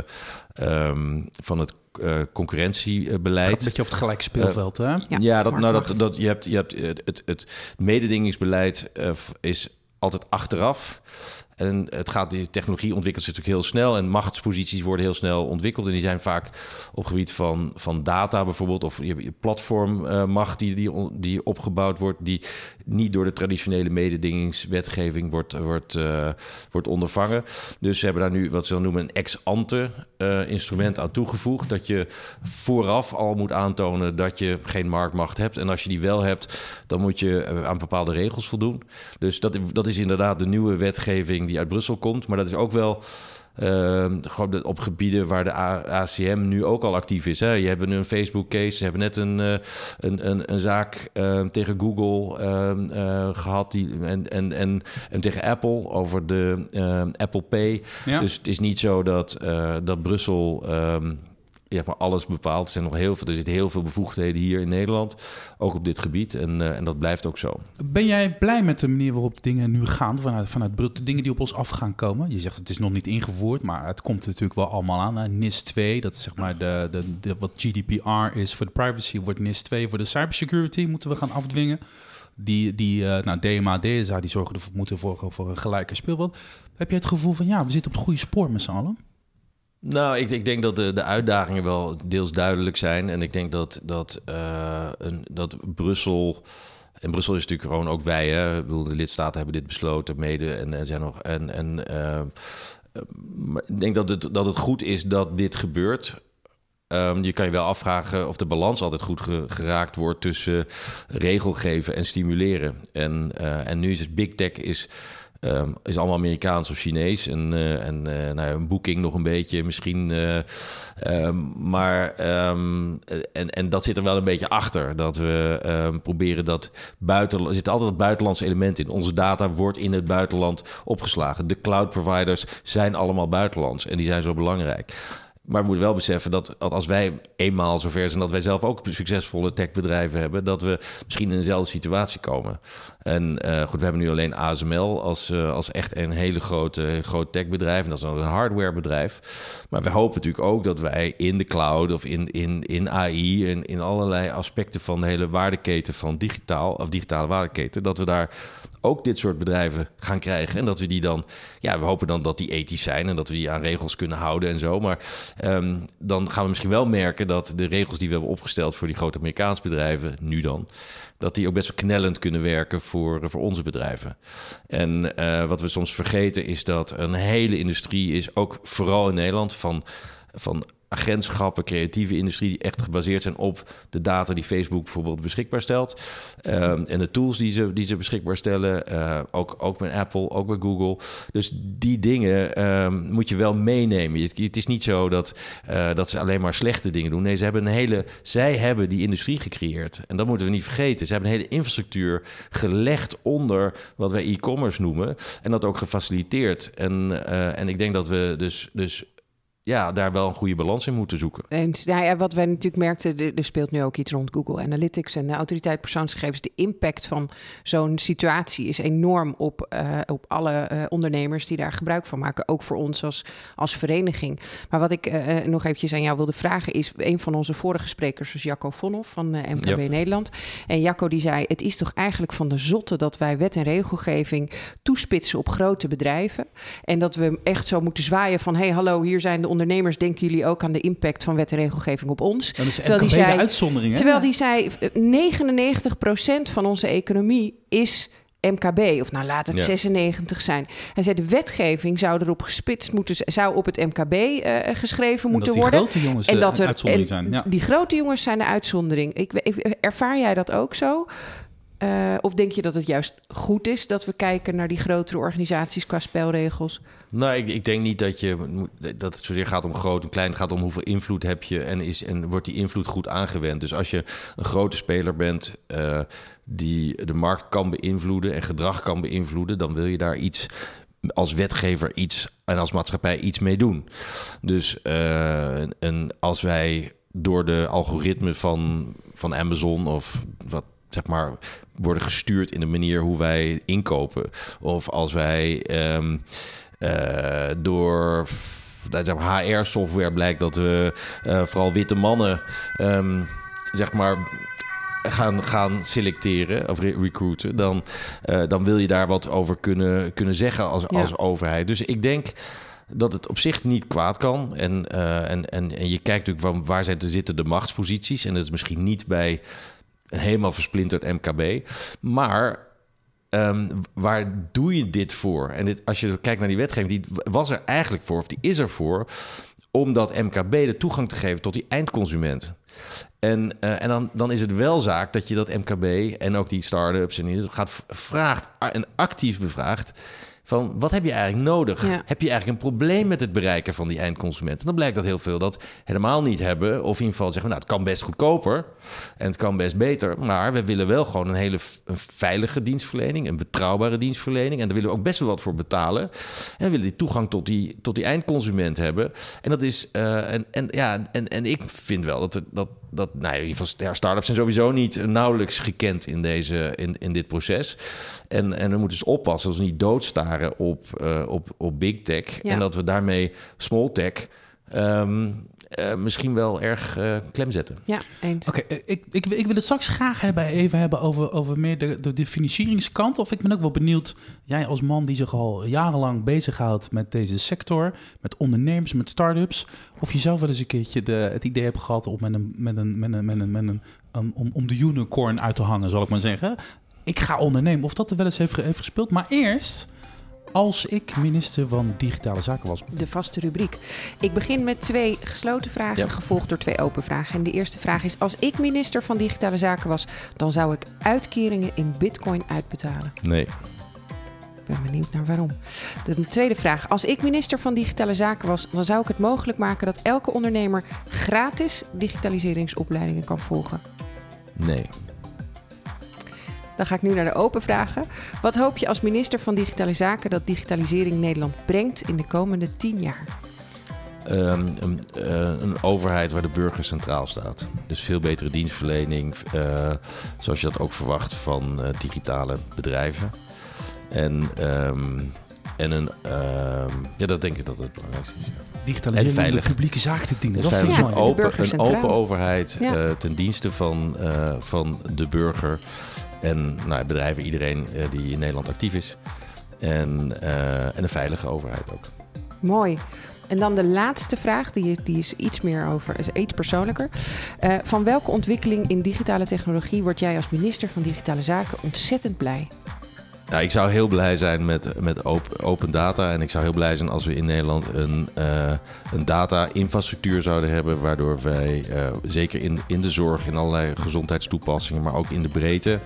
um, van het Uh, concurrentiebeleid. Een beetje over het gelijk speelveld, uh, hè? Ja, ja dat, nou, dat, dat, je hebt, je hebt het, het, het mededingingsbeleid uh, is altijd achteraf. En het gaat, die technologie ontwikkelt zich natuurlijk heel snel en machtsposities worden heel snel ontwikkeld. En die zijn vaak op gebied van, van data bijvoorbeeld, of je, je platformmacht die, die, die opgebouwd wordt, die niet door de traditionele mededingingswetgeving wordt, wordt, uh, wordt ondervangen. Dus ze hebben daar nu wat ze dan noemen een ex-ante uh, instrument aan toegevoegd. Dat je vooraf al moet aantonen dat je geen marktmacht hebt. En als je die wel hebt, dan moet je uh, aan bepaalde regels voldoen. Dus dat, dat is inderdaad de nieuwe wetgeving die uit Brussel komt. Maar dat is ook wel uh, gewoon op gebieden waar de A C M nu ook al actief is. Hè. Je hebt nu een Facebook-case. Ze hebben net een, uh, een, een, een zaak uh, tegen Google uh, uh, gehad. Die, en, en, en, en tegen Apple over de uh, Apple Pay. Ja. Dus het is niet zo dat, uh, dat Brussel Um, ja, maar alles bepaalt. Er zijn nog heel veel, er zitten heel veel bevoegdheden hier in Nederland, ook op dit gebied. En, uh, en dat blijft ook zo. Ben jij blij met de manier waarop de dingen nu gaan, vanuit, vanuit de dingen die op ons af gaan komen? Je zegt het is nog niet ingevoerd, maar het komt natuurlijk wel allemaal aan. Hè? N I S twee, dat is zeg maar de, de, de, wat G D P R is voor de privacy, wordt N I S twee voor de cybersecurity, moeten we gaan afdwingen. Die, die uh, nou, D M A, D S A, die zorgen ervoor, moeten voor, voor een gelijke speelveld. Heb je het gevoel van, ja, we zitten op het goede spoor met z'n allen? Nou, ik, ik denk dat de, de uitdagingen wel deels duidelijk zijn. En ik denk dat, dat, uh, een, dat Brussel... En Brussel is natuurlijk gewoon ook wij. Hè? Ik bedoel, de lidstaten hebben dit besloten mede. En, en, zijn nog, en, en uh, maar ik denk dat het, dat het goed is dat dit gebeurt. Um, je kan je wel afvragen of de balans altijd goed ge- geraakt wordt tussen regelgeven en stimuleren. En, uh, en nu is het big tech is... Um, is allemaal Amerikaans of Chinees. En, uh, en uh, nou, een boeking nog een beetje misschien. Uh, um, maar um, en, en dat zit er wel een beetje achter. Dat we um, proberen dat buiten. Er zit altijd een buitenlandse element in. Onze data wordt in het buitenland opgeslagen. De cloud providers zijn allemaal buitenlands. En die zijn zo belangrijk. Maar we moeten wel beseffen dat als wij eenmaal zover zijn dat wij zelf ook succesvolle techbedrijven hebben, dat we misschien in dezelfde situatie komen. En uh, goed, we hebben nu alleen A S M L als, uh, als echt een hele grote, groot techbedrijf. En dat is dan een hardwarebedrijf. Maar we hopen natuurlijk ook dat wij in de cloud of in, in, in A I en in allerlei aspecten van de hele waardeketen van digitaal of digitale waardeketen, dat we daar ook dit soort bedrijven gaan krijgen. En dat we die dan, ja, we hopen dan dat die ethisch zijn en dat we die aan regels kunnen houden en zo. Maar um, dan gaan we misschien wel merken dat de regels die we hebben opgesteld voor die grote Amerikaanse bedrijven, nu dan, dat die ook best wel knellend kunnen werken voor, voor onze bedrijven. En uh, wat we soms vergeten is dat een hele industrie is, ook vooral in Nederland, van, van agentschappen, creatieve industrie, die echt gebaseerd zijn op de data die Facebook bijvoorbeeld beschikbaar stelt. Um, en de tools die ze, die ze beschikbaar stellen. Uh, ook, ook bij Apple, ook bij Google. Dus die dingen um, moet je wel meenemen. Het, het is niet zo dat, uh, dat ze alleen maar slechte dingen doen. Nee, ze hebben een hele, zij hebben die industrie gecreëerd. En dat moeten we niet vergeten. Ze hebben een hele infrastructuur gelegd onder wat wij e-commerce noemen. En dat ook gefaciliteerd. En, uh, en ik denk dat we dus... dus ja, daar wel een goede balans in moeten zoeken. En nou ja, wat wij natuurlijk merkten, er, er speelt nu ook iets rond Google Analytics en de autoriteit persoonsgegevens. De impact van zo'n situatie is enorm op, uh, op alle uh, ondernemers die daar gebruik van maken. Ook voor ons als, als vereniging. Maar wat ik uh, nog eventjes aan jou wilde vragen is, een van onze vorige sprekers was Jacco Vonhoff van uh, M K B ja. Nederland. En Jacco die zei, het is toch eigenlijk van de zotte dat wij wet en regelgeving toespitsen op grote bedrijven. En dat we echt zo moeten zwaaien van, hey, hallo, hier zijn de ondernemers, denken jullie ook aan de impact van wet en regelgeving op ons? Dat is terwijl die zei, uitzondering, hè? Terwijl die zei, negenennegentig procent van onze economie is M K B, of nou laat het ja. zesennegentig zijn. Hij zei, de wetgeving zou erop gespitst moeten, zou op het M K B uh, geschreven moeten die worden. Grote jongens en dat er uitzondering zijn. Ja. Die grote jongens zijn de uitzondering. Ik, ik, ervaar jij dat ook zo? Uh, of denk je dat het juist goed is dat we kijken naar die grotere organisaties qua spelregels? Nou, ik, ik denk niet dat, je, dat het zozeer gaat om groot en klein. Het gaat om hoeveel invloed heb je en, is, en wordt die invloed goed aangewend. Dus als je een grote speler bent uh, die de markt kan beïnvloeden en gedrag kan beïnvloeden, dan wil je daar iets als wetgever iets en als maatschappij iets mee doen. Dus uh, en als wij door de algoritme van, van Amazon of wat zeg maar worden gestuurd in de manier hoe wij inkopen, of als wij um, uh, door zeg maar, H R-software blijkt dat we uh, vooral witte mannen um, zeg maar gaan, gaan selecteren of re- recruiten, dan, uh, dan wil je daar wat over kunnen, kunnen zeggen als, ja. als overheid. Dus ik denk dat het op zich niet kwaad kan. En, uh, en, en, en je kijkt natuurlijk van waar zijn, zitten de machtsposities. En dat is misschien niet bij een helemaal versplinterd M K B. Maar um, waar doe je dit voor? En dit, als je kijkt naar die wetgeving, die was er eigenlijk voor, of die is er voor, om dat M K B de toegang te geven tot die eindconsument. En, uh, en dan, dan is het wel zaak dat je dat M K B en ook die start-ups en gaat vraagt en actief bevraagt van wat heb je eigenlijk nodig? Ja. Heb je eigenlijk een probleem met het bereiken van die eindconsument? En dan blijkt dat heel veel dat helemaal niet hebben. Of in ieder geval zeggen, nou, het kan best goedkoper en het kan best beter. Maar we willen wel gewoon een hele een veilige dienstverlening, een betrouwbare dienstverlening. En daar willen we ook best wel wat voor betalen. En we willen die toegang tot die, tot die eindconsument hebben. En dat is, uh, en, en, ja, en, en ik vind wel dat, dat, dat nou, in ieder geval, ja, start-ups zijn sowieso niet nauwelijks gekend in, deze, in, in dit proces. En, en we moeten dus oppassen dat we niet doodstaren op, uh, op, op big tech. Ja. En dat we daarmee small tech um, uh, misschien wel erg uh, klem zetten. Ja, eens. Oké, okay, ik, ik, ik wil het straks graag hebben, even hebben over, over meer de, de, de financieringskant. Of ik ben ook wel benieuwd, jij als man die zich al jarenlang bezighoudt met deze sector, met ondernemers, met start-ups, of je zelf wel eens een keertje de, het idee hebt gehad om, met een, met een, met een, met een, met een, um, om, om de unicorn uit te hangen, zal ik maar zeggen. Ik ga ondernemen, of dat er wel eens heeft, heeft gespeeld. Maar eerst, als ik minister van Digitale Zaken was. De vaste rubriek. Ik begin met twee gesloten vragen, ja. gevolgd door twee open vragen. En de eerste vraag is, als ik minister van Digitale Zaken was, dan zou ik uitkeringen in bitcoin uitbetalen. Nee. Ik ben benieuwd naar waarom. De tweede vraag. Als ik minister van Digitale Zaken was, dan zou ik het mogelijk maken dat elke ondernemer gratis digitaliseringsopleidingen kan volgen. Nee. Dan ga ik nu naar de open vragen. Wat hoop je als minister van Digitale Zaken dat digitalisering Nederland brengt in de komende tien jaar? Um, een, uh, een overheid waar de burger centraal staat. Dus veel betere dienstverlening, uh, zoals je dat ook verwacht van uh, digitale bedrijven. En, um, en een, uh, ja, dat denk ik dat het belangrijkste is. Digitalisering en veilig, de publieke zaak te dienen. Dat is ja, een, open, een open overheid ja. uh, ten dienste van, uh, van de burger. En nou, bedrijven, iedereen uh, die in Nederland actief is. En, uh, en een veilige overheid ook. Mooi. En dan de laatste vraag, die, die is iets meer over, is iets persoonlijker. Uh, van welke ontwikkeling in digitale technologie word jij als minister van Digitale Zaken ontzettend blij? Nou, ik zou heel blij zijn met, met open, open data. En ik zou heel blij zijn als we in Nederland een, uh, een data-infrastructuur zouden hebben, waardoor wij uh, zeker in, in de zorg, in allerlei gezondheidstoepassingen, maar ook in de breedte,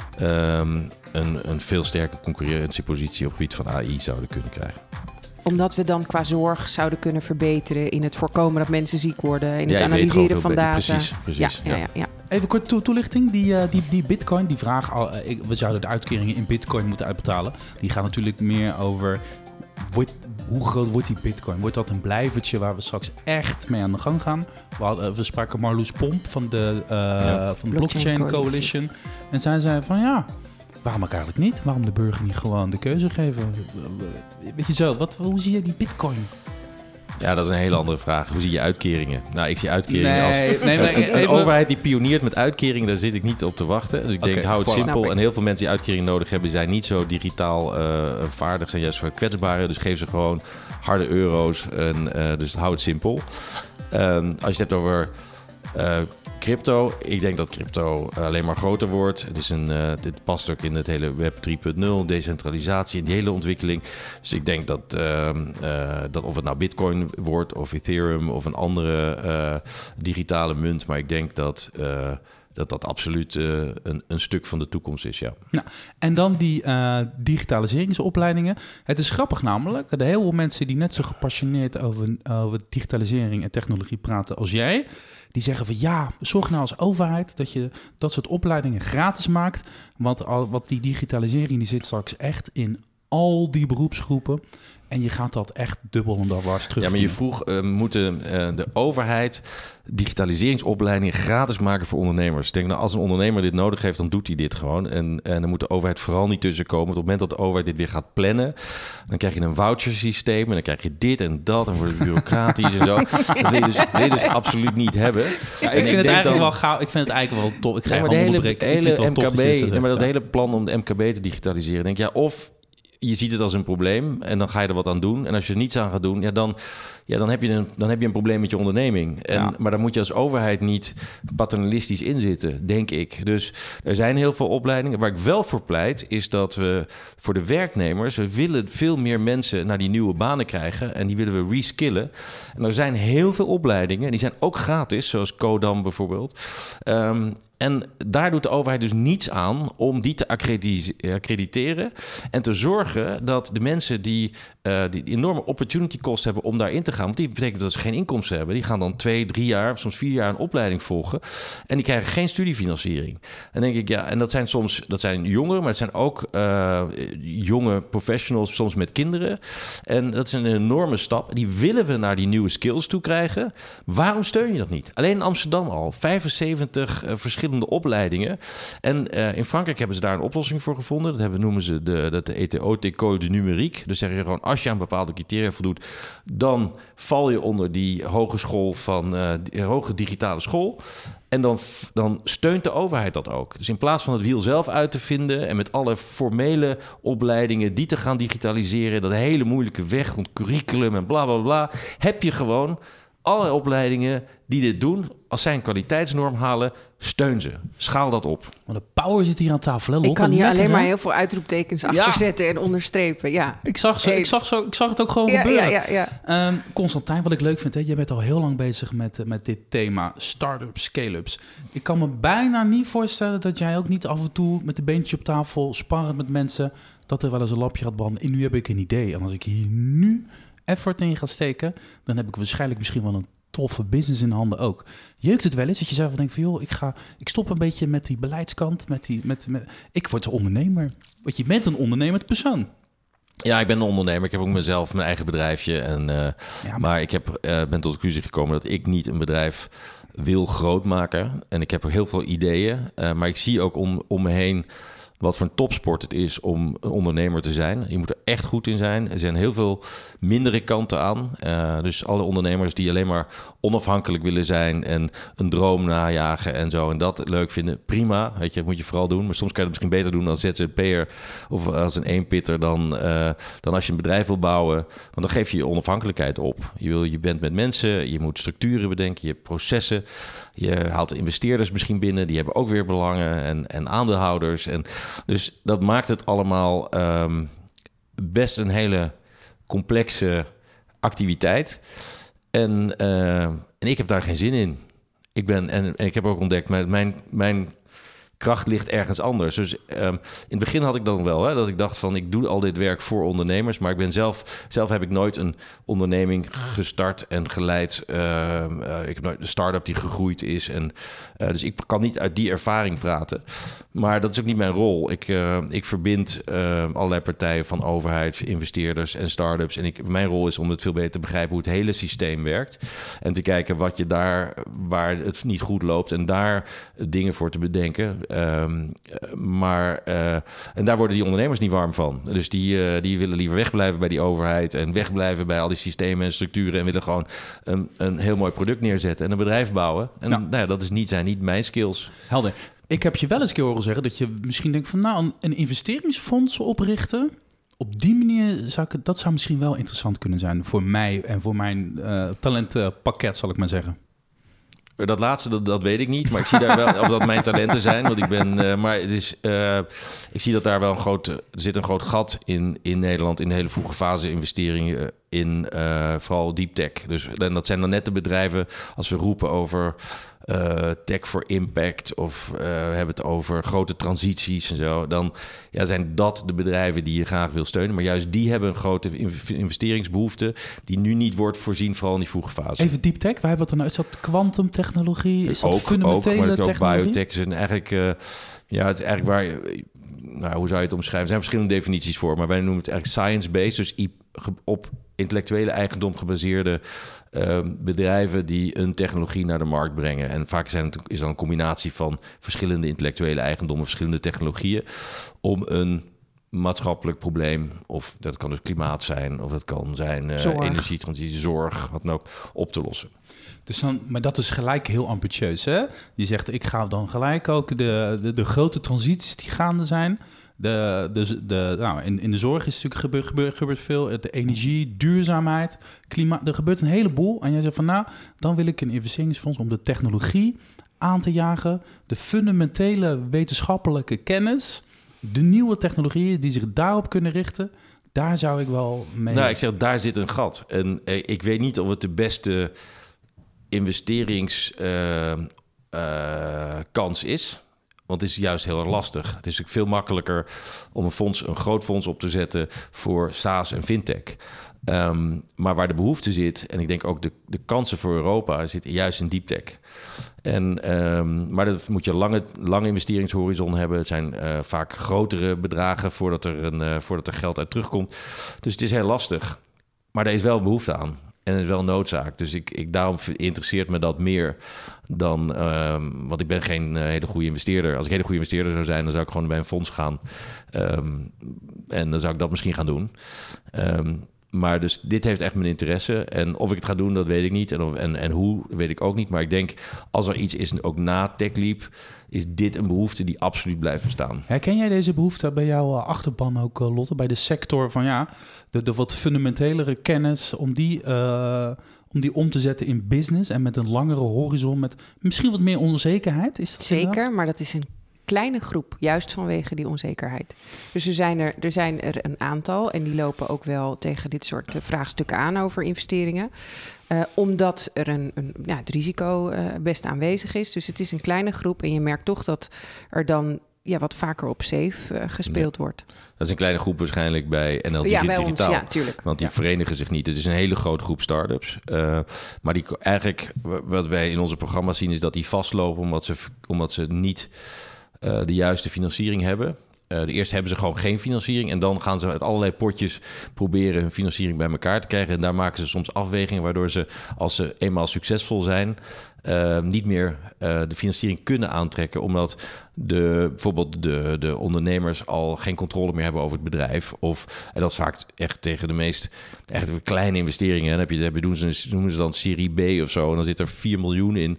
um, een, een veel sterker concurrentiepositie op het gebied van A I zouden kunnen krijgen. Omdat we dan qua zorg zouden kunnen verbeteren in het voorkomen dat mensen ziek worden, in ja, het analyseren van data. Precies, precies. Ja, ja, ja, ja. Even kort toe, toelichting. Die, uh, die, die bitcoin, die vraag, uh, ik, we zouden de uitkeringen in bitcoin moeten uitbetalen. Die gaat natuurlijk meer over, wordt, hoe groot wordt die bitcoin? Wordt dat een blijvertje waar we straks echt mee aan de gang gaan? We, hadden, we spraken Marloes Pomp van de, uh, ja. van de Blockchain, Blockchain Coalition. En zij zei van ja, waarom ook eigenlijk niet? Waarom de burger niet gewoon de keuze geven? Weet je zo, wat, hoe zie je die bitcoin? Ja, dat is een hele andere vraag. Hoe zie je uitkeringen? Nou, ik zie uitkeringen nee, als nee, nee, een, een even... overheid die pioniert met uitkeringen. Daar zit ik niet op te wachten. Dus ik denk, okay, hou het simpel. En heel veel mensen die uitkering nodig hebben, zijn niet zo digitaal uh, vaardig. Zijn juist voor kwetsbaren. Dus geef ze gewoon harde euro's. En, uh, dus hou het simpel. Um, als je het hebt over uh, crypto. Ik denk dat crypto alleen maar groter wordt. Het is een, uh, dit past ook in het hele web drie punt nul, decentralisatie en die hele ontwikkeling. Dus ik denk dat, uh, uh, dat of het nou Bitcoin wordt of Ethereum of een andere uh, digitale munt, maar ik denk dat uh, dat, dat absoluut uh, een, een stuk van de toekomst is, ja. Nou, en dan die uh, digitaliseringsopleidingen. Het is grappig namelijk, er heel veel mensen die net zo gepassioneerd over, over digitalisering en technologie praten als jij, die zeggen van ja, zorg nou als overheid dat je dat soort opleidingen gratis maakt. Want al, wat die digitalisering die zit straks echt in al die beroepsgroepen. En je gaat dat echt dubbel en dwars terug. Ja, maar je vroeg, uh, moeten uh, de overheid digitaliseringsopleidingen gratis maken voor ondernemers? Ik denk, nou, als een ondernemer dit nodig heeft, dan doet hij dit gewoon. En, en dan moet de overheid vooral niet tussenkomen. Want op het moment dat de overheid dit weer gaat plannen, dan krijg je een vouchersysteem en dan krijg je dit en dat en wordt het bureaucratisch en zo. Dat wil je dus, wil je dus absoluut niet hebben. Ja, ik, vind ik, het eigenlijk dan, wel gauw, ik vind het eigenlijk wel tof. Ik ga ja, maar de hele, hele, hele M K B, dat, ja, maar dat hele plan om de M K B te digitaliseren, denk je, ja, of je ziet het als een probleem en dan ga je er wat aan doen. En als je er niets aan gaat doen, ja, dan, ja, dan, heb, je een, dan heb je een probleem met je onderneming. En, ja. Maar dan moet je als overheid niet paternalistisch inzitten, denk ik. Dus er zijn heel veel opleidingen. Waar ik wel voor pleit, is dat we voor de werknemers, we willen veel meer mensen naar die nieuwe banen krijgen. En die willen we reskillen. En er zijn heel veel opleidingen, die zijn ook gratis, zoals Codam bijvoorbeeld. Um, En daar doet de overheid dus niets aan om die te accrediteren en te zorgen dat de mensen die, uh, die enorme opportunity cost hebben om daarin te gaan, want die betekent dat ze geen inkomsten hebben, die gaan dan twee, drie jaar, soms vier jaar een opleiding volgen en die krijgen geen studiefinanciering. En denk ik, ja, en dat zijn soms, dat zijn jongeren, maar het zijn ook uh, jonge professionals, soms met kinderen. En dat is een enorme stap. Die willen we naar die nieuwe skills toe krijgen. Waarom steun je dat niet? Alleen in Amsterdam al vijfenzeventig uh, verschillende opleidingen. En uh, in Frankrijk hebben ze daar een oplossing voor gevonden. Dat hebben, noemen ze de, dat de E T O-École du Numérique. Dus zeg je gewoon, als je aan bepaalde criteria voldoet, dan val je onder die hogeschool van uh, die hoge digitale school. En dan, dan steunt de overheid dat ook. Dus in plaats van het wiel zelf uit te vinden en met alle formele opleidingen die te gaan digitaliseren, dat hele moeilijke weg rond curriculum en bla bla bla, heb je gewoon alle opleidingen die dit doen, als zij een kwaliteitsnorm halen, steun ze. Schaal dat op. Maar de power zit hier aan tafel, hè, Lotte? Ik kan hier lekker, alleen hè? maar heel veel uitroeptekens achter Ja. zetten en onderstrepen. Ja. Ik zag, zo, ik, zag zo, ik zag het ook gewoon Ja, gebeuren. ja, ja, ja. Um, Constantijn, wat ik leuk vind, hè, jij bent al heel lang bezig met, met dit thema start-ups, scale-ups. Ik kan me bijna niet voorstellen dat jij ook niet af en toe met de beentje op tafel sparrend met mensen, dat er wel eens een lampje gaat branden. En nu heb ik een idee. En als ik hier nu effort in ga steken, dan heb ik waarschijnlijk misschien wel een toffe business in handen ook. Jeukt het wel eens dat je zelf denkt van, joh, ik ga, ik stop een beetje met die beleidskant, met die, met, met, ik word een ondernemer. Want je bent een ondernemend persoon. Ja, ik ben een ondernemer. Ik heb ook mezelf mijn eigen bedrijfje. En, uh, ja, maar... maar ik heb, uh, ben tot de conclusie gekomen dat ik niet een bedrijf wil groot maken. En ik heb ook heel veel ideeën. Uh, maar ik zie ook om, om me heen wat voor een topsport het is om een ondernemer te zijn. Je moet er echt goed in zijn. Er zijn heel veel mindere kanten aan. Uh, dus alle ondernemers die alleen maar onafhankelijk willen zijn en een droom najagen en zo en dat leuk vinden, prima. Weet je, dat moet je vooral doen. Maar soms kan je het misschien beter doen als Z Z P'er of als een eenpitter dan, uh, dan als je een bedrijf wil bouwen. Want dan geef je je onafhankelijkheid op. Je, wil, je bent met mensen, je moet structuren bedenken, je hebt processen. Je haalt investeerders misschien binnen, die hebben ook weer belangen en, en aandeelhouders. En dus dat maakt het allemaal um, best een hele complexe activiteit. En, uh, en ik heb daar geen zin in. Ik ben, en, en ik heb ook ontdekt, mijn, mijn, mijn kracht ligt ergens anders. Dus um, in het begin had ik dan wel, hè, dat ik dacht van, ik doe al dit werk voor ondernemers, maar ik ben zelf, zelf heb ik nooit een onderneming gestart en geleid. Uh, uh, ik heb nooit een start-up die gegroeid is. En, uh, dus ik kan niet uit die ervaring praten. Maar dat is ook niet mijn rol. Ik, uh, ik verbind uh, allerlei partijen van overheid, investeerders en start-ups. En ik, mijn rol is om het veel beter te begrijpen hoe het hele systeem werkt. En te kijken wat je daar, waar het niet goed loopt, en daar dingen voor te bedenken. Um, maar uh, en daar worden die ondernemers niet warm van. Dus die, uh, die willen liever wegblijven bij die overheid en wegblijven bij al die systemen en structuren en willen gewoon een, een heel mooi product neerzetten en een bedrijf bouwen. En nou, nou ja, dat is niet, zijn niet mijn skills. Helder. Ik heb je wel eens een keer horen zeggen dat je misschien denkt van, nou, een, een investeringsfonds oprichten. Op die manier zou ik, dat zou misschien wel interessant kunnen zijn voor mij en voor mijn uh, talentenpakket, zal ik maar zeggen. Dat laatste, dat, dat weet ik niet. Maar ik zie daar wel of dat mijn talenten zijn. Want ik ben. Uh, maar het is. Uh, ik zie dat daar wel een groot. Er zit een groot gat in, in Nederland. In de hele vroege fase investeringen. In uh, vooral deep tech. Dus en dat zijn dan net de bedrijven. Als we roepen over. Uh, tech for impact of uh, hebben het over grote transities en zo, dan ja, zijn dat de bedrijven die je graag wil steunen. Maar juist die hebben een grote investeringsbehoefte die nu niet wordt voorzien, vooral in die vroege fase. Even deep tech, waar hebben we het dan uit? Is dat kwantumtechnologie? Is dat ook, fundamentele ook, maar het is ook technologie? biotech. En eigenlijk, uh, ja, het is eigenlijk waar nou, hoe zou je het omschrijven? Er zijn verschillende definities voor, maar wij noemen het eigenlijk science-based, dus i- op intellectuele eigendom gebaseerde uh, bedrijven die een technologie naar de markt brengen. En vaak zijn het, is dan een combinatie van verschillende intellectuele eigendommen, verschillende technologieën, om een maatschappelijk probleem, of dat kan dus klimaat zijn, of dat kan zijn uh, energietransitie, zorg, wat dan ook, op te lossen. Dus dan, maar dat is gelijk heel ambitieus, hè? Je zegt, ik ga dan gelijk ook de, de, de grote transities die gaande zijn. De, de, de, nou, in, in de zorg is natuurlijk gebeurt, gebeurt, gebeurt veel. De energie, duurzaamheid, klimaat. Er gebeurt een heleboel. En jij zegt van, nou, dan wil ik een investeringsfonds om de technologie aan te jagen. De fundamentele wetenschappelijke kennis, de nieuwe technologieën die zich daarop kunnen richten. Daar zou ik wel mee... Nou, ik zeg, daar zit een gat. En eh, ik weet niet of het de beste investeringskans uh, uh, is. Want het is juist heel erg lastig. Het is natuurlijk veel makkelijker om een fonds, een groot fonds op te zetten voor SaaS en fintech. Um, maar waar de behoefte zit, en ik denk ook de, de kansen voor Europa, zit juist in deep tech. En, um, maar dat moet je lange, lange investeringshorizon hebben. Het zijn uh, vaak grotere bedragen voordat er, een, uh, voordat er geld uit terugkomt. Dus het is heel lastig. Maar er is wel behoefte aan. En het is wel noodzaak. Dus ik, ik, daarom interesseert me dat meer dan... Um, want ik ben geen uh, hele goede investeerder. Als ik een hele goede investeerder zou zijn, dan zou ik gewoon bij een fonds gaan. Um, en dan zou ik dat misschien gaan doen. Um, maar dus dit heeft echt mijn interesse. En of ik het ga doen, dat weet ik niet. En, of, en, en hoe, weet ik ook niet. Maar ik denk, als er iets is, ook na TechLeap, is dit een behoefte die absoluut blijft bestaan. Herken jij deze behoefte bij jouw achterban ook, Lotte? Bij de sector van ja, de, de wat fundamentelere kennis om die, uh, om die om te zetten in business en met een langere horizon, met misschien wat meer onzekerheid? Is dat Zeker, inderdaad? Maar dat is een kleine groep, juist vanwege die onzekerheid. Dus er zijn er, er zijn er een aantal en die lopen ook wel tegen dit soort uh, vraagstukken aan over investeringen. Uh, omdat er een, een, ja, het risico uh, best aanwezig is. Dus het is een kleine groep en je merkt toch dat er dan ja, wat vaker op safe uh, gespeeld nee. wordt. Dat is een kleine groep waarschijnlijk bij N L ja, bij Digitaal. Ons, ja, tuurlijk. Want die ja. verenigen zich niet. Het is een hele grote groep start-ups. Uh, maar die eigenlijk, wat wij in onze programma's zien, is dat die vastlopen omdat ze, omdat ze niet uh, de juiste financiering hebben. Uh, de eerst hebben ze gewoon geen financiering en dan gaan ze uit allerlei potjes proberen hun financiering bij elkaar te krijgen. En daar maken ze soms afwegingen waardoor ze, als ze eenmaal succesvol zijn, uh, niet meer uh, de financiering kunnen aantrekken. Omdat de, bijvoorbeeld de, de ondernemers al geen controle meer hebben over het bedrijf. Of, en dat is vaak echt tegen de meest echt kleine investeringen. Dan heb je, dan doen ze, noemen ze dan serie B of zo en dan zit er vier miljoen in.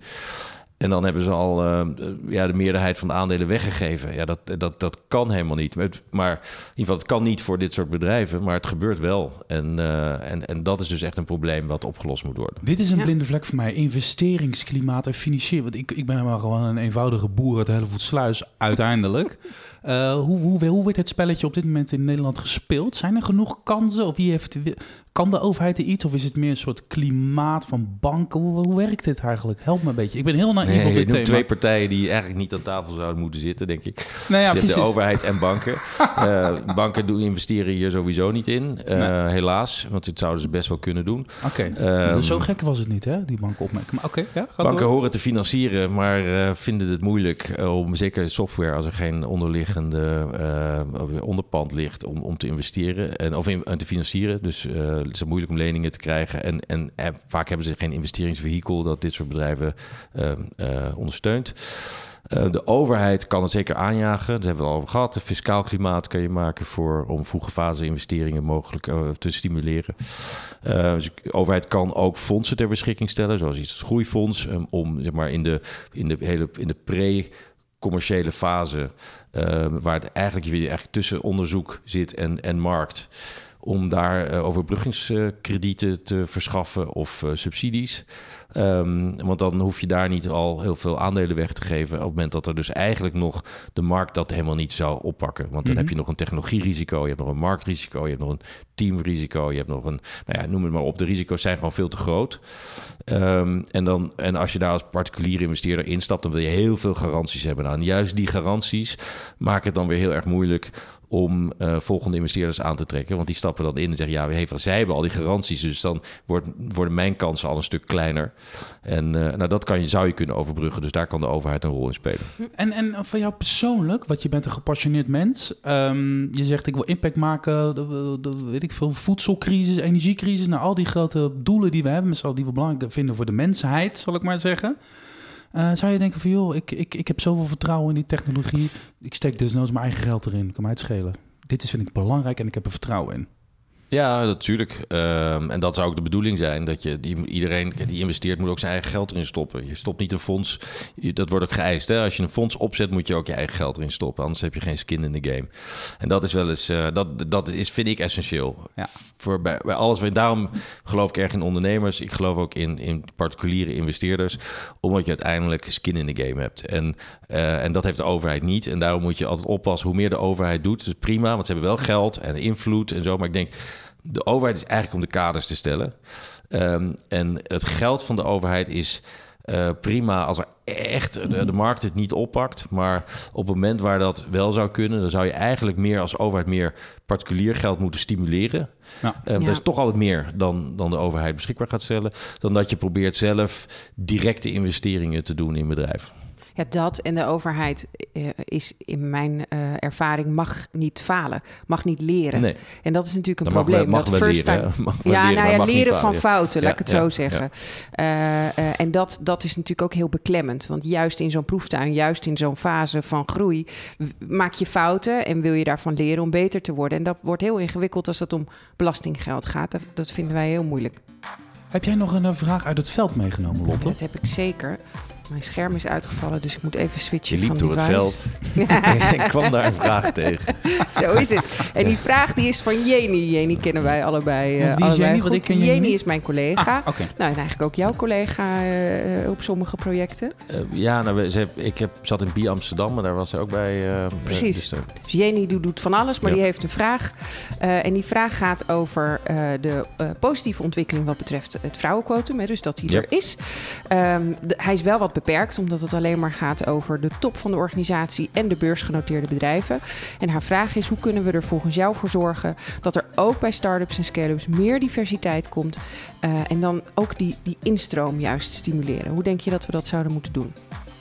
En dan hebben ze al uh, ja, de meerderheid van de aandelen weggegeven. Ja, dat, dat, dat kan helemaal niet. Maar in ieder geval, het kan niet voor dit soort bedrijven, maar het gebeurt wel. En, uh, en, en dat is dus echt een probleem wat opgelost moet worden. Dit is een ja. blinde vlek voor mij. Investeringsklimaat en financiën. Want ik, ik ben maar gewoon een eenvoudige boer uit Hellevoetsluis uiteindelijk. uh, hoe, hoe, hoe wordt het spelletje op dit moment in Nederland gespeeld? Zijn er genoeg kansen? Of wie heeft, kan de overheid er iets? Of is het meer een soort klimaat van banken? Hoe, hoe werkt dit eigenlijk? Help me een beetje. Ik ben heel naïef nee, op dit thema. Twee partijen die eigenlijk niet aan tafel zouden moeten zitten, denk ik. Nou ja, de overheid en banken. uh, banken doen, investeren hier sowieso niet in. Uh, nee. Helaas, want dit zouden ze best wel kunnen doen. Oké, okay. um, zo gek was het niet, hè, die banken opmerken. Maar oké, okay, ja, banken door. horen te financieren, maar uh, vinden het moeilijk uh, om, zeker software, als er geen onderliggende uh, onderpand ligt, om, om te investeren en of in, te financieren. Dus uh, het is moeilijk om leningen te krijgen. En, en, en vaak hebben ze geen investeringsvehikel dat dit soort bedrijven uh, uh, ondersteunt. Uh, de overheid kan het zeker aanjagen. Daar hebben we het al over gehad. Het fiscaal klimaat kan je maken voor, om vroege fase investeringen mogelijk uh, te stimuleren. Uh, dus de overheid kan ook fondsen ter beschikking stellen, zoals iets als groeifonds, um, om zeg maar in de, in de hele in de pre commerciële fase, uh, waar het eigenlijk je eigenlijk tussen onderzoek zit en, en markt, om daar uh, overbruggingskredieten te verschaffen of uh, subsidies. Um, want dan hoef je daar niet al heel veel aandelen weg te geven op het moment dat er dus eigenlijk nog de markt dat helemaal niet zou oppakken. Want dan mm-hmm. heb je nog een technologierisico, je hebt nog een marktrisico, je hebt nog een teamrisico, je hebt nog een, nou ja, noem het maar op. De risico's zijn gewoon veel te groot. Um, en, dan, en als je daar als particuliere investeerder instapt, dan wil je heel veel garanties hebben. Nou, en juist die garanties maken het dan weer heel erg moeilijk om uh, volgende investeerders aan te trekken. Want die stappen dan in en zeggen, ja, hey, zij hebben al die garanties, dus dan wordt, worden mijn kansen al een stuk kleiner. En uh, nou, dat kan je, zou je kunnen overbruggen, dus daar kan de overheid een rol in spelen. En, en van jou persoonlijk, want je bent een gepassioneerd mens. Um, je zegt, ik wil impact maken, de, de, weet ik veel, voedselcrisis, energiecrisis, nou, al die grote doelen die we hebben, met z'n allen die we belangrijk vinden voor de mensheid, zal ik maar zeggen. Uh, zou je denken van, joh, ik, ik, ik heb zoveel vertrouwen in die technologie. Ik steek desnoods mijn eigen geld erin. Kan mij het schelen. Dit is, vind ik belangrijk en ik heb er vertrouwen in. Ja, natuurlijk. Um, en dat zou ook de bedoeling zijn. Dat je die, iedereen die investeert moet ook zijn eigen geld erin stoppen. Je stopt niet een fonds. Dat wordt ook geëist. Hè? Als je een fonds opzet, moet je ook je eigen geld erin stoppen. Anders heb je geen skin in the game. En dat is wel eens, uh, dat, dat is, vind ik essentieel. Ja. Voor bij, bij alles. Daarom geloof ik erg in ondernemers. Ik geloof ook in, in particuliere investeerders. Omdat je uiteindelijk skin in the game hebt. En, uh, en dat heeft de overheid niet. En daarom moet je altijd oppassen hoe meer de overheid doet. Dat is prima, want ze hebben wel geld en invloed en zo. Maar ik denk, de overheid is eigenlijk om de kaders te stellen. Um, en het geld van de overheid is uh, prima als er echt de, de markt het niet oppakt. Maar op het moment waar dat wel zou kunnen, dan zou je eigenlijk meer als overheid meer particulier geld moeten stimuleren. Ja. Um, ja. Dat is toch altijd meer dan, dan de overheid beschikbaar gaat stellen, dan dat je probeert zelf directe investeringen te doen in bedrijven. Ja, dat en de overheid uh, is in mijn uh, ervaring mag niet falen, mag niet leren. Nee. En dat is natuurlijk een dan probleem. Mag we, mag dat first leren, time... mag ja, leren, nou ja, mag leren van fouten, ja, laat ik het ja, zo zeggen. Ja. Uh, uh, en dat, dat is natuurlijk ook heel beklemmend. Want juist in zo'n proeftuin, juist in zo'n fase van groei, maak je fouten en wil je daarvan leren om beter te worden. En dat wordt heel ingewikkeld als het om belastinggeld gaat. Dat, dat vinden wij heel moeilijk. Heb jij nog een vraag uit het veld meegenomen, Lotte? Dat heb ik zeker. Mijn scherm is uitgevallen, dus ik moet even switchen je liep van door device. Het veld. Ik kwam daar een vraag tegen. Zo is het. En die vraag die is van Jeni. Jeni kennen wij allebei. Uh, wie is allebei Jeni? goed. Want ik ken Jeni Jeni is mijn collega. Ah, okay. Nou, en eigenlijk ook jouw collega uh, op sommige projecten. Uh, ja, nou, ze heb, ik heb, zat in B I Amsterdam, maar daar was ze ook bij. Uh, Precies. Uh, dus Jeni doet, doet van alles, maar ja. die heeft een vraag. Uh, en die vraag gaat over uh, de uh, positieve ontwikkeling wat betreft het vrouwenquotum. Hè, dus dat die ja. er is. Um, de, hij is wel wat beperkt, omdat het alleen maar gaat over de top van de organisatie en de beursgenoteerde bedrijven. En haar vraag is, hoe kunnen we er volgens jou voor zorgen dat er ook bij start-ups en scale-ups meer diversiteit komt uh, en dan ook die, die instroom juist stimuleren? Hoe denk je dat we dat zouden moeten doen?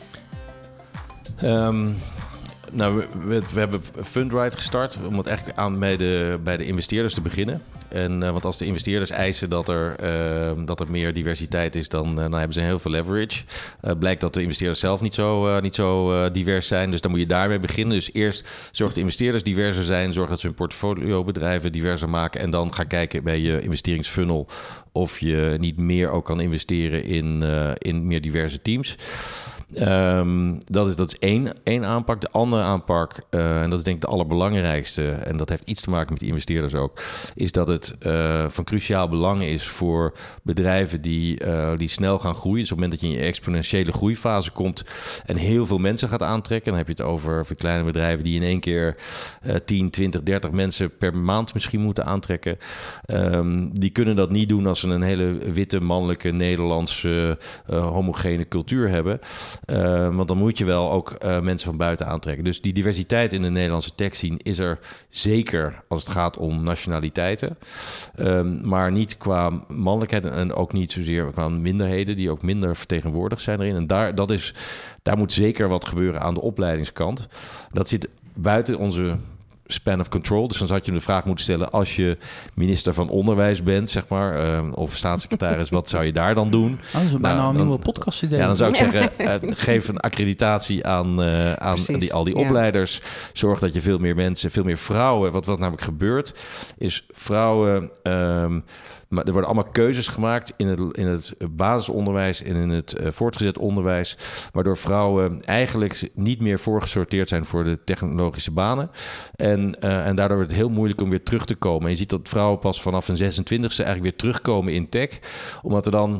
Um, nou, we, we, we hebben Fundride gestart om het eigenlijk aan bij de, bij de investeerders te beginnen. En, uh, want als de investeerders eisen dat er, uh, dat er meer diversiteit is, dan, uh, dan hebben ze heel veel leverage. Uh, blijkt dat de investeerders zelf niet zo, uh, niet zo uh, divers zijn. Dus dan moet je daarmee beginnen. Dus eerst zorg de investeerders diverser zijn. Zorg dat ze hun portfoliobedrijven diverser maken. En dan ga kijken bij je investeringsfunnel of je niet meer ook kan investeren in, uh, in meer diverse teams. Um, dat is, dat is één, één aanpak. De andere aanpak, uh, en dat is denk ik de allerbelangrijkste, en dat heeft iets te maken met die investeerders ook, is dat het uh, van cruciaal belang is voor bedrijven die, uh, die snel gaan groeien. Dus op het moment dat je in je exponentiële groeifase komt en heel veel mensen gaat aantrekken, dan heb je het over voor kleine bedrijven die in één keer uh, tien, twintig, dertig mensen per maand misschien moeten aantrekken. Um, die kunnen dat niet doen als ze een hele witte, mannelijke, Nederlandse, uh, homogene cultuur hebben. Uh, want dan moet je wel ook uh, mensen van buiten aantrekken. Dus die diversiteit in de Nederlandse tech scene is er zeker als het gaat om nationaliteiten. Um, maar niet qua mannelijkheid en ook niet zozeer qua minderheden die ook minder vertegenwoordigd zijn erin. En daar, dat is, daar moet zeker wat gebeuren aan de opleidingskant. Dat zit buiten onze span of control. Dus dan had je de vraag moeten stellen, als je minister van Onderwijs bent, zeg maar, uh, of staatssecretaris, wat zou je daar dan doen? Oh, dat is bijna nou, een dan, nieuwe podcast idee. Ja, dan zou ik zeggen, uh, geef een accreditatie aan, uh, aan die, al die ja. opleiders. Zorg dat je veel meer mensen, veel meer vrouwen, wat, wat namelijk gebeurt, is vrouwen, um, maar er worden allemaal keuzes gemaakt in het, in het basisonderwijs en in het uh, voortgezet onderwijs, waardoor vrouwen eigenlijk niet meer voorgesorteerd zijn voor de technologische banen. En, uh, en daardoor wordt het heel moeilijk om weer terug te komen. En je ziet dat vrouwen pas vanaf hun zesentwintigste eigenlijk weer terugkomen in tech, omdat er dan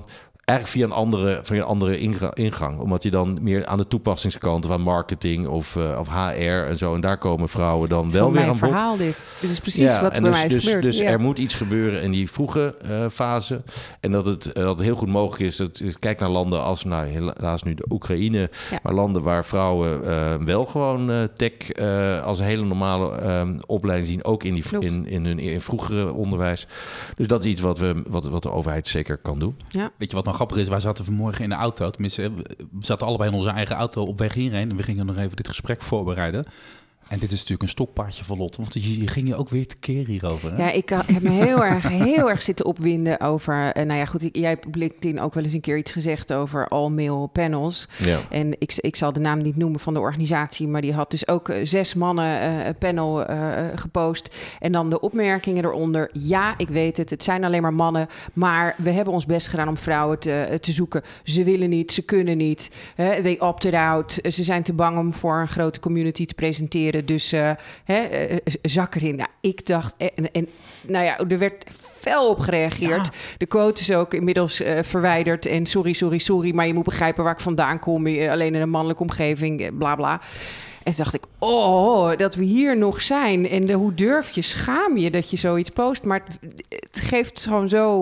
eigenlijk via een andere, via een andere inga- ingang. Omdat je dan meer aan de toepassingskant van marketing of, uh, of H R en zo. En daar komen vrouwen dan wel weer aan bod. Het is mijn verhaal dit. Dit is precies ja, wat bij dus, mij is dus, gebeurd. Dus ja. er moet iets gebeuren in die vroege uh, fase. En dat het, uh, dat het heel goed mogelijk is. Dat, kijk naar landen als, nou helaas nu de Oekraïne. Ja. Maar landen waar vrouwen uh, wel gewoon uh, tech uh, als een hele normale uh, opleiding zien. Ook in, die, in, in hun in vroegere onderwijs. Dus dat is iets wat, we, wat, wat de overheid zeker kan doen. Ja. Weet je wat nou grappig is? Wij zaten vanmorgen in de auto. Tenminste, we zaten allebei in onze eigen auto op weg hierheen. En we gingen nog even dit gesprek voorbereiden. En dit is natuurlijk een stokpaardje van Lot. Want je, je ging je ook weer tekeer hierover. Hè? Ja, ik uh, heb me heel erg, heel erg zitten opwinden over... Uh, nou ja, goed, ik, jij hebt op LinkedIn ook wel eens een keer iets gezegd over all-male panels. Ja. En ik, ik zal de naam niet noemen van de organisatie... maar die had dus ook uh, zes mannen uh, panel uh, gepost. En dan de opmerkingen eronder. Ja, ik weet het, het zijn alleen maar mannen. Maar we hebben ons best gedaan om vrouwen te, te zoeken. Ze willen niet, ze kunnen niet. Uh, they opted out. Ze zijn te bang om voor een grote community te presenteren. Dus uh, hè, uh, zak erin. Nou, ik dacht... En, en, nou ja, er werd fel op gereageerd. Ja. De quote is ook inmiddels uh, verwijderd. En sorry, sorry, sorry. Maar je moet begrijpen waar ik vandaan kom. Alleen in een mannelijke omgeving, bla, bla. En toen dacht ik, oh, dat we hier nog zijn. En de, hoe durf je, schaam je dat je zoiets post. Maar het, het geeft gewoon zo...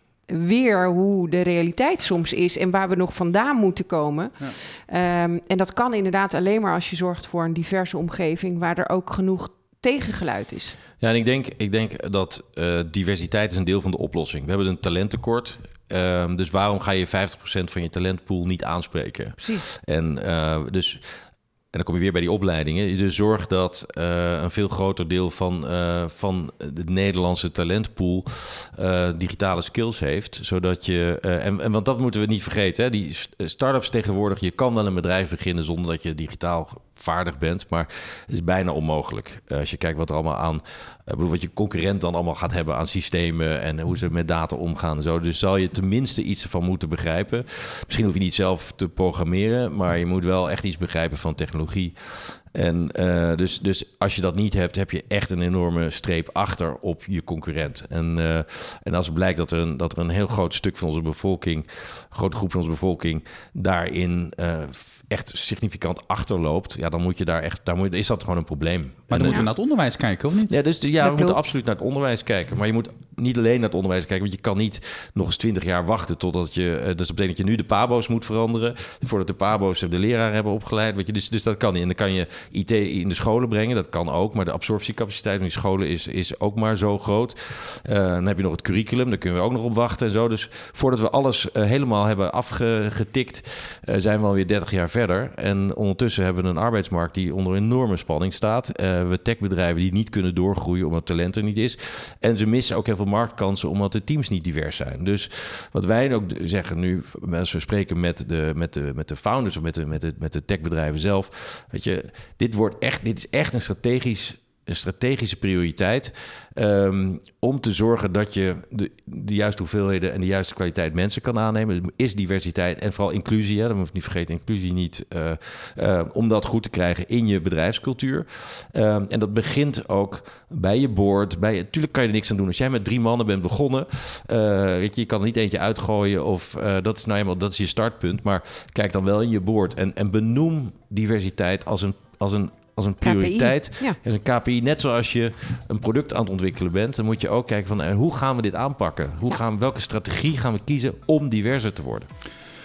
weer hoe de realiteit soms is en waar we nog vandaan moeten komen. Ja. Um, en dat kan inderdaad alleen maar als je zorgt voor een diverse omgeving... waar er ook genoeg tegengeluid is. Ja, en ik denk, ik denk dat uh, diversiteit is een deel van de oplossing. We hebben een talenttekort... Um, dus waarom ga je vijftig procent van je talentpool niet aanspreken? Precies. En uh, dus... En dan kom je weer bij die opleidingen. Dus zorg dat uh, een veel groter deel van, uh, van de Nederlandse talentpool uh, digitale skills heeft. Zodat je, uh, en, en want dat moeten we niet vergeten. Hè? Die start-ups tegenwoordig, je kan wel een bedrijf beginnen zonder dat je digitaal vaardig bent. Maar het is bijna onmogelijk. Uh, als je kijkt wat er allemaal aan, uh, bedoel, wat je concurrent dan allemaal gaat hebben aan systemen en hoe ze met data omgaan en zo. Dus zal je tenminste iets ervan moeten begrijpen. Misschien hoef je niet zelf te programmeren, maar je moet wel echt iets begrijpen van technologie. En uh, dus, dus als je dat niet hebt, heb je echt een enorme streep achter op je concurrent. En, uh, en als het blijkt dat er, een, dat er een heel groot stuk van onze bevolking, een grote groep van onze bevolking, daarin uh, echt significant achterloopt, ja, dan moet je daar echt, daar moet, is dat gewoon een probleem. Maar dan moeten ja. we naar het onderwijs kijken, of niet? Ja, dus ja, we moeten absoluut naar het onderwijs kijken. Maar je moet niet alleen naar het onderwijs kijken, want je kan niet nog eens twintig jaar wachten totdat je, uh, dus dat betekent dat je nu de pabo's moet veranderen, voordat de pabo's de leraar hebben opgeleid. Weet je, dus, dus dat kan niet. En dan kan je I T in de scholen brengen, dat kan ook, maar de absorptiecapaciteit van die scholen is, is ook maar zo groot. Uh, dan heb je nog het curriculum, daar kunnen we ook nog op wachten en zo. Dus voordat we alles uh, helemaal hebben afgetikt, uh, zijn we alweer dertig jaar verder. En ondertussen hebben we een arbeidsmarkt die onder enorme spanning staat. Uh, we hebben techbedrijven die niet kunnen doorgroeien omdat talent er niet is. En ze missen ook heel veel marktkansen omdat de teams niet divers zijn. Dus wat wij ook zeggen nu, als we spreken met de, met de, met de founders of met de, met de, met de techbedrijven zelf, weet je, dit wordt echt, dit is echt een strategisch, een strategische prioriteit um, om te zorgen dat je de, de juiste hoeveelheden en de juiste kwaliteit mensen kan aannemen. Er is diversiteit en vooral inclusie, hè, dat moet je niet vergeten, inclusie niet, uh, uh, om dat goed te krijgen in je bedrijfscultuur. Um, en dat begint ook bij je board. Bij, natuurlijk kan je er niks aan doen. Als jij met drie mannen bent begonnen, uh, weet je, je kan er niet eentje uitgooien of uh, dat is nou eenmaal, dat is je startpunt. Maar kijk dan wel in je board en, en benoem diversiteit als een, als een als een prioriteit. K P I, ja. En een K P I, net zoals je een product aan het ontwikkelen bent, dan moet je ook kijken van, hoe gaan we dit aanpakken? Hoe ja. gaan, welke strategie gaan we kiezen om diverser te worden?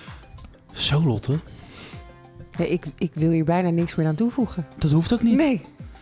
Zo, Lotte. Ja, ik, ik wil hier bijna niks meer aan toevoegen. Dat hoeft ook niet. Nee.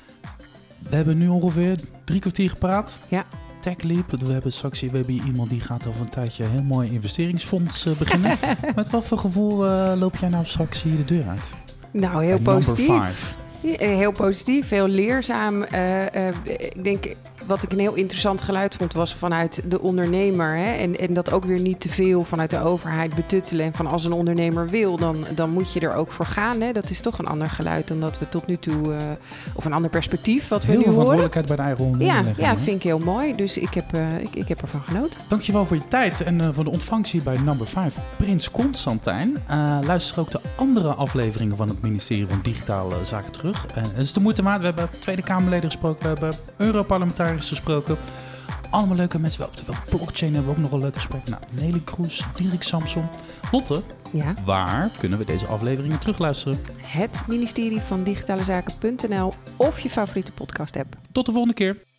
We hebben nu ongeveer drie kwartier gepraat. Ja. TechLeap. We hebben straks we hebben hier iemand die gaat over een tijdje een heel mooi investeringsfonds uh, beginnen. Met wat voor gevoel uh, loop jij nou straks hier de deur uit? Nou, heel En positief. Heel positief, heel leerzaam. Uh, uh, ik denk, wat ik een heel interessant geluid vond, was vanuit de ondernemer. Hè? En, en dat ook weer niet te veel vanuit de overheid betuttelen. En van als een ondernemer wil, dan, dan moet je er ook voor gaan. Hè? Dat is toch een ander geluid dan dat we tot nu toe... Uh, of een ander perspectief wat we heel nu horen. Heel veel verantwoordelijkheid bij de eigen onderneming. Ja, ja, vind ik heel mooi. Dus ik heb, uh, ik, ik heb ervan genoten. Dankjewel voor je tijd en uh, voor de ontvangst hier bij Number vijf. Prins Constantijn. Uh, luister ook de andere afleveringen van het ministerie van Digitale Zaken terug. Uh, het is de moeite waard. We hebben Tweede Kamerleden gesproken. We hebben Europarlementariërs gesproken. Allemaal leuke mensen. Wel, terwijl blockchain hebben we ook nog een leuk gesprek. Nou, Nelly Kroes, Diederik Samson. Lotte, Ja. waar kunnen we deze afleveringen terugluisteren? Het ministerie van Digitale Zaken punt n l of je favoriete podcast app. Tot de volgende keer.